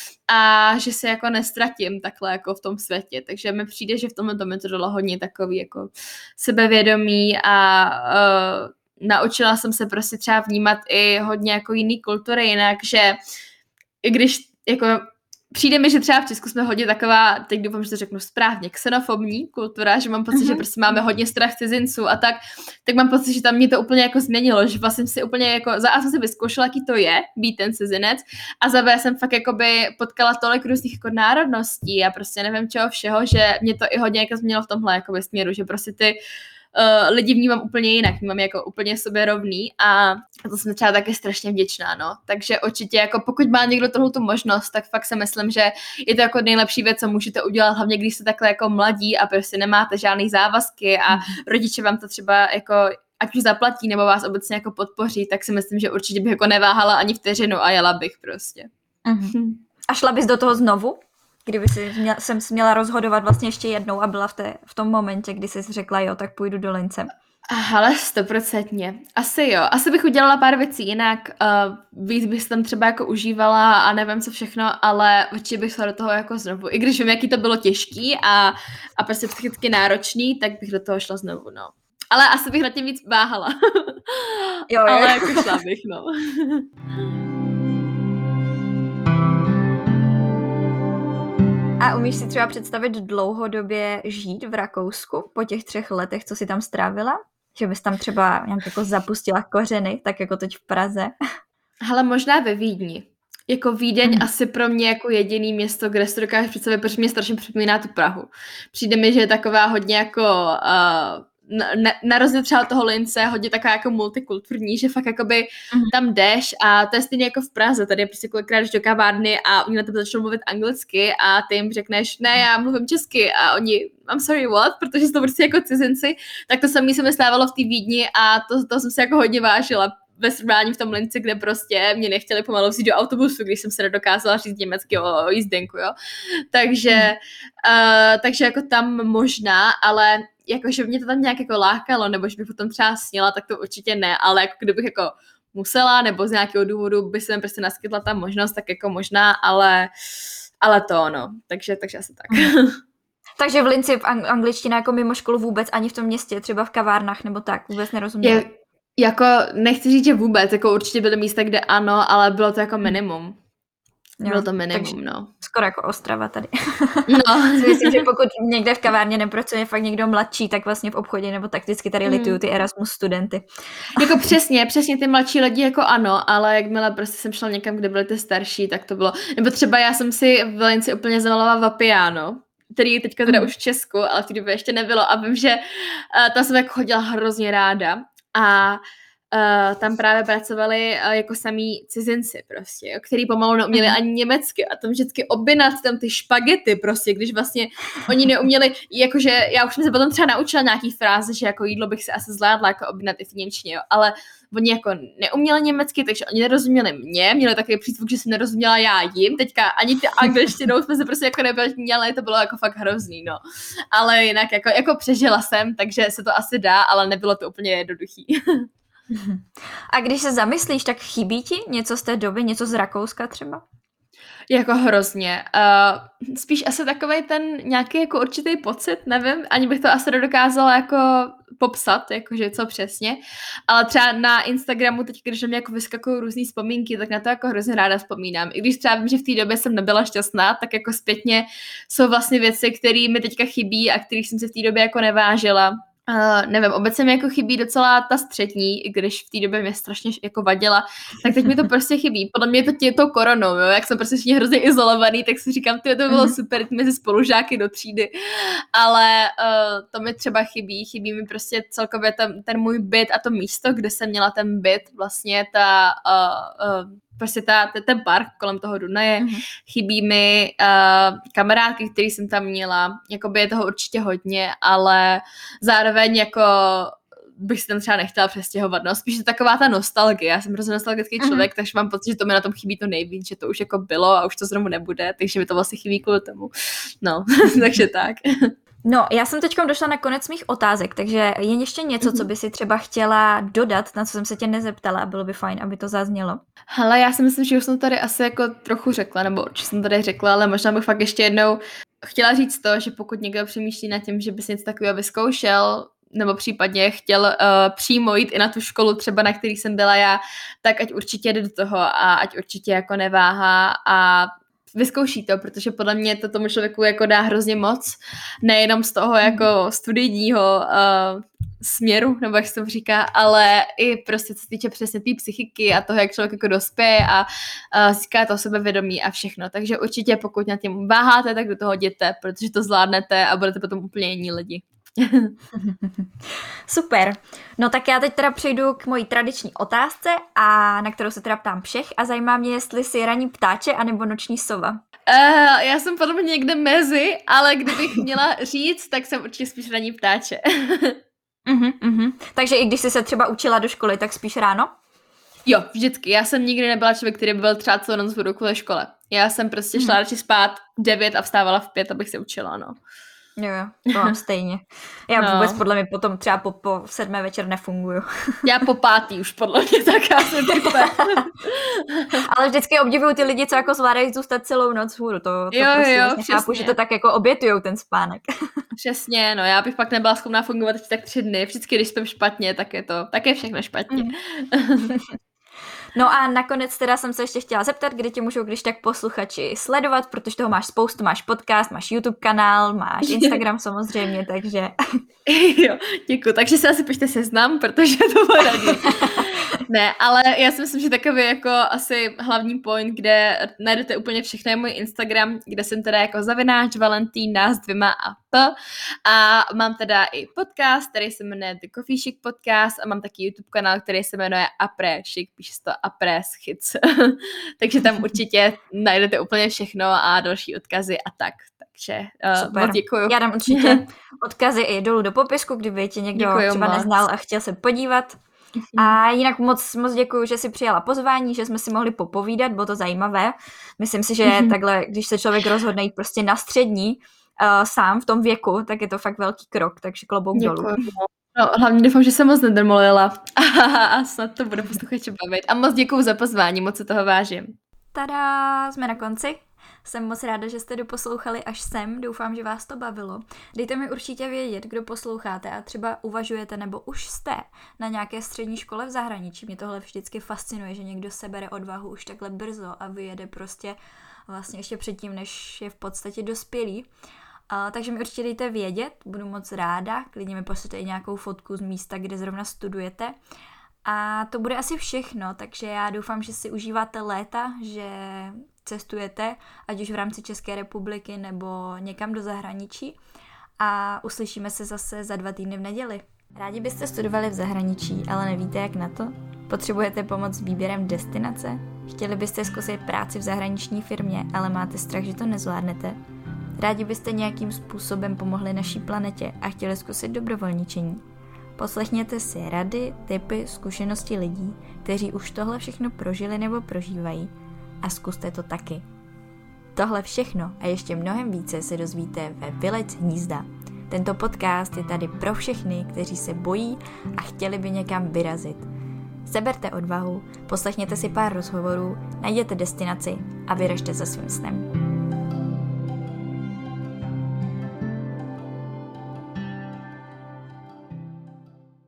a že se jako nestratím takhle jako v tom světě, takže mi přijde, že v tomhle to mi to dalo hodně takový jako sebevědomí a uh, naučila jsem se prostě třeba vnímat i hodně jako jiný kultury jinak, že i když jako přijde mi, že třeba v Česku jsme hodně taková, teď doufám, že to řeknu správně, xenofobní kultura, že mám pocit, mm-hmm. že prostě máme hodně strach cizinců a tak, tak mám pocit, že tam mě to úplně jako změnilo, že vlastně si úplně jako, za A jsem si vyzkoušela, jaký to je, být ten cizinec a za B jsem fakt jakoby potkala tolik různých jako národností a prostě nevím čeho všeho, že mě to i hodně jako změnilo v tomhle jakoby směru, že prostě ty Uh, lidi vnímám úplně jinak, vnímám jako úplně sobě rovný a to jsem třeba taky strašně vděčná, no. Takže určitě jako pokud má někdo tohle tu možnost, tak fakt si myslím, že je to jako nejlepší věc, co můžete udělat, hlavně když jste takhle jako mladí a prostě nemáte žádný závazky a rodiče vám to třeba jako ať už zaplatí nebo vás obecně jako podpoří, tak si myslím, že určitě bych jako neváhala ani vteřinu a jela bych prostě. Uh-huh. A šla bys do toho znovu? Kdyby si měla, jsem měla rozhodovat vlastně ještě jednou a byla v, té, v tom momentě, kdy jsi řekla jo, tak půjdu do Lince. Ale stoprocentně. Asi jo. Asi bych udělala pár věcí jinak. Uh, víc bych tam třeba jako užívala a nevím co všechno, ale určitě bych šla do toho jako znovu. I když vím, jaký to bylo těžký a, a prostě psychicky náročný, tak bych do toho šla znovu, no. Ale asi bych na tím víc váhala. Jo, jo. Ale jako šla bych, no. A umíš si třeba představit dlouhodobě žít v Rakousku po těch třech letech, co jsi tam strávila? Že bys tam třeba nějak jako zapustila kořeny, tak jako teď v Praze? Hele, možná ve Vídni. Jako Vídeň hmm. asi pro mě jako jediný město, kde si dokážeš představit, protože mě strašně připomíná tu Prahu. Přijde mi, že je taková hodně jako... Uh, Na, na rozdíl třeba toho Lince hodně taková jako multikulturní, že fakt jakoby mm. tam jdeš a to je stejně jako v Praze, tady je prostě kolikrát jdeš do kavárny a oni na tebe začnou mluvit anglicky a ty jim řekneš, ne, já mluvím česky a oni, I'm sorry, what? Protože jsou prostě jako cizinci, tak to samé se mi stávalo v té Vídni a to, to jsem se jako hodně vážila ve srovnání v tom Linci, kde prostě mě nechtěli pomalu vzít do autobusu, když jsem se nedokázala říct německy o, o jízdenku, jo. Takže, mm. uh, takže jako tam možná, ale jakože mě to tam nějak jako lákalo, nebo že bych potom třeba sněla, tak to určitě ne, ale jako kdybych jako musela, nebo z nějakého důvodu by se mi prostě naskytla ta možnost, tak jako možná, ale, ale to ono, takže, takže asi tak. Takže v Linci v ang- angličtina jako mimo školu vůbec ani v tom městě, třeba v kavárnách nebo tak, vůbec nerozuměla? Je, jako nechci říct, že vůbec, jako určitě byly místa, kde ano, ale bylo to jako minimum. Bylo jo, to minimum, no. Skoro jako Ostrava tady. No. Myslím, že pokud někde v kavárně nepracuje fakt někdo mladší, tak vlastně v obchodě nebo tak vždycky tady lituju ty Erasmus studenty. Jako přesně, přesně ty mladší lidi jako ano, ale jakmile prostě jsem šla někam, kde byly ty starší, tak to bylo. Nebo třeba já jsem si v Linci úplně zamalovala Vapiano. který je teďka teda už v Česku, ale v té době ještě nebylo a vím, že uh, tam jsem jako chodila hrozně ráda a Uh, tam právě pracovali uh, jako samý cizinci prostě, jo, který pomalu neuměli Mhm. ani německy a tam vždycky objednat tam ty špagety prostě, když vlastně oni neuměli, jakože já už jsem se potom třeba naučila nějaký fráze, že jako jídlo bych se asi zvládla jako objednat i v němčině, jo, ale oni jako neuměli německy, takže oni nerozuměli mě, měli takový přízvuk, že jsem nerozuměla já jim, teďka ani ty angličtinou jsme se prostě jako neměli, to bylo jako fakt hrozný, no. Ale jinak jako, jako přežila jsem, takže se to asi dá, ale nebylo to úplně jednoduchý. A když se zamyslíš, tak chybí ti něco z té doby, něco z Rakouska třeba? Jako hrozně. Uh, spíš asi takovej ten nějaký jako určitý pocit, nevím, ani bych to asi nedokázala jako popsat, jakože co přesně, ale třeba na Instagramu teď, když mi jako vyskakují různý vzpomínky, tak na to jako hrozně ráda vzpomínám. I když třeba vím, že v té době jsem nebyla šťastná, tak jako zpětně jsou vlastně věci, které mi teďka chybí a kterých jsem si v té době jako nevážila. Uh, nevím, obecně mi jako chybí docela ta střední, i když v té době mě strašně jako vadila, tak teď mi to prostě chybí. Podle mě je to tě tou koronou, jo? Jak jsem prostě všichni hrozně izolovaný, tak si říkám, tyjo, to bylo mm-hmm. super mezi spolužáky do třídy, ale uh, to mi třeba chybí, chybí mi prostě celkově ten, ten můj byt a to místo, kde jsem měla ten byt, vlastně ta uh, uh, prostě ta, ten park kolem toho Dunaje, mm-hmm. chybí mi uh, kamarádky, který jsem tam měla, jakoby je toho určitě hodně, ale zároveň jako bych se tam třeba nechtěla přestěhovat, no, spíš je taková ta nostalgie, já jsem hrozně nostalgický člověk, mm-hmm. takže mám pocit, že to mi na tom chybí to nejvíc, že to už jako bylo a už to znovu nebude, takže mi to vlastně chybí kvůli tomu, no, takže tak. No, já jsem teďkom došla na konec mých otázek, takže je ještě něco, mm-hmm. co by si třeba chtěla dodat, na co jsem se tě nezeptala a bylo by fajn, aby to zaznělo. Hele, já si myslím, že už jsem tady asi jako trochu řekla, nebo určitě jsem tady řekla, ale možná bych fakt ještě jednou chtěla říct to, že pokud někdo přemýšlí nad tím, že by si něco takového vyzkoušel, nebo případně chtěl uh, přímo jít i na tu školu, třeba na který jsem byla já, tak ať určitě jde do toho a ať určitě jako neváhá a vyzkouší to, protože podle mě to tomu člověku jako dá hrozně moc, nejenom z toho jako studijního uh, směru, nebo jak se to říká, ale i prostě co se týče přesně té psychiky a toho, jak člověk jako dospěje a uh, získá to sebevědomí a všechno. Takže určitě pokud nad tím váháte, tak do toho jděte, protože to zvládnete a budete potom úplně jiní lidi. Super. No tak já teď teda přejdu k mojí tradiční otázce, a na kterou se teda ptám všech a zajímá mě, jestli jsi ranní ptáče anebo noční sova. Uh, já jsem podle mě někde mezi, ale kdybych měla říct, tak jsem určitě spíš ranní ptáče. uh-huh, uh-huh. Takže i když jsi se třeba učila do školy, tak spíš ráno? Jo, vždycky. Já jsem nikdy nebyla člověk, který by byl třeba celou noc v kvůli škole. Já jsem prostě šla uh-huh. radši spát v devět a vstávala v pět, abych se učila, no. Jo, jo, to mám stejně. Já no. vůbec podle mě potom třeba po, po sedmé večer nefunguju. Já po pátý už podle mě, tak já jsem type. Ale vždycky obdivuju ty lidi, co jako zvládají zůstat celou noc hůru. To, to jo, prostě jo, vlastně chápu, že to tak jako obětujou ten spánek. Přesně, no já bych pak nebyla schopná fungovat tak tři dny. Vždycky, když spím špatně, tak je to, tak je všechno špatně. Mm. No a nakonec teda jsem se ještě chtěla zeptat, kde tě můžou když tak posluchači sledovat, protože toho máš spoustu, máš podcast, máš YouTube kanál, máš Instagram samozřejmě, takže... Jo, děkuji, takže se asi pište Seznam, protože to bude radí. Ne, ale já si myslím, že takový jako asi hlavní point, kde najdete úplně všechno, je můj Instagram, kde jsem teda jako zavináč Valentína s dvěma a p. A mám teda i podcast, který se jmenuje The Coffee Chic Podcast a mám taky YouTube kanál, který se jmenuje Après Chic, píše se to Après Schiz. Takže tam určitě najdete úplně všechno a další odkazy a tak. Takže uh, moc děkuju. Já dám určitě odkazy i dolů do popisku, kdyby tě někdo děkuju třeba moc. Neznal a chtěl se podívat. A jinak moc, moc děkuju, že jsi přijala pozvání, že jsme si mohli popovídat, bylo to zajímavé. Myslím si, že mm-hmm. takhle, když se člověk rozhodne jít prostě na střední uh, sám v tom věku, tak je to fakt velký krok, takže klobouk dolů. No, hlavně doufám, že jsem moc nedrmolila a snad to bude posluchače bavit. A moc děkuju za pozvání, moc se toho vážím. Tada, jsme na konci. Jsem moc ráda, že jste doposlouchali až sem, doufám, že vás to bavilo. Dejte mi určitě vědět, kdo posloucháte a třeba uvažujete nebo už jste na nějaké střední škole v zahraničí. Mě tohle vždycky fascinuje, že někdo sebere odvahu už takhle brzo a vyjede prostě vlastně ještě předtím, než je v podstatě dospělý. A, takže mi určitě dejte vědět, budu moc ráda, klidně mi pošlete i nějakou fotku z místa, kde zrovna studujete. A to bude asi všechno, takže já doufám, že si užíváte léta, že cestujete, ať už v rámci České republiky nebo někam do zahraničí. A uslyšíme se zase za dva týdny v neděli. Rádi byste studovali v zahraničí, ale nevíte jak na to? Potřebujete pomoc s výběrem destinace? Chtěli byste zkusit práci v zahraniční firmě, ale máte strach, že to nezvládnete? Rádi byste nějakým způsobem pomohli naší planetě a chtěli zkusit dobrovolničení? Poslechněte si rady, tipy, zkušenosti lidí, kteří už tohle všechno prožili nebo prožívají a zkuste to taky. Tohle všechno a ještě mnohem více se dozvíte ve Vylec hnízda. Tento podcast je tady pro všechny, kteří se bojí a chtěli by někam vyrazit. Seberte odvahu, poslechněte si pár rozhovorů, najděte destinaci a vyražte za svým snem.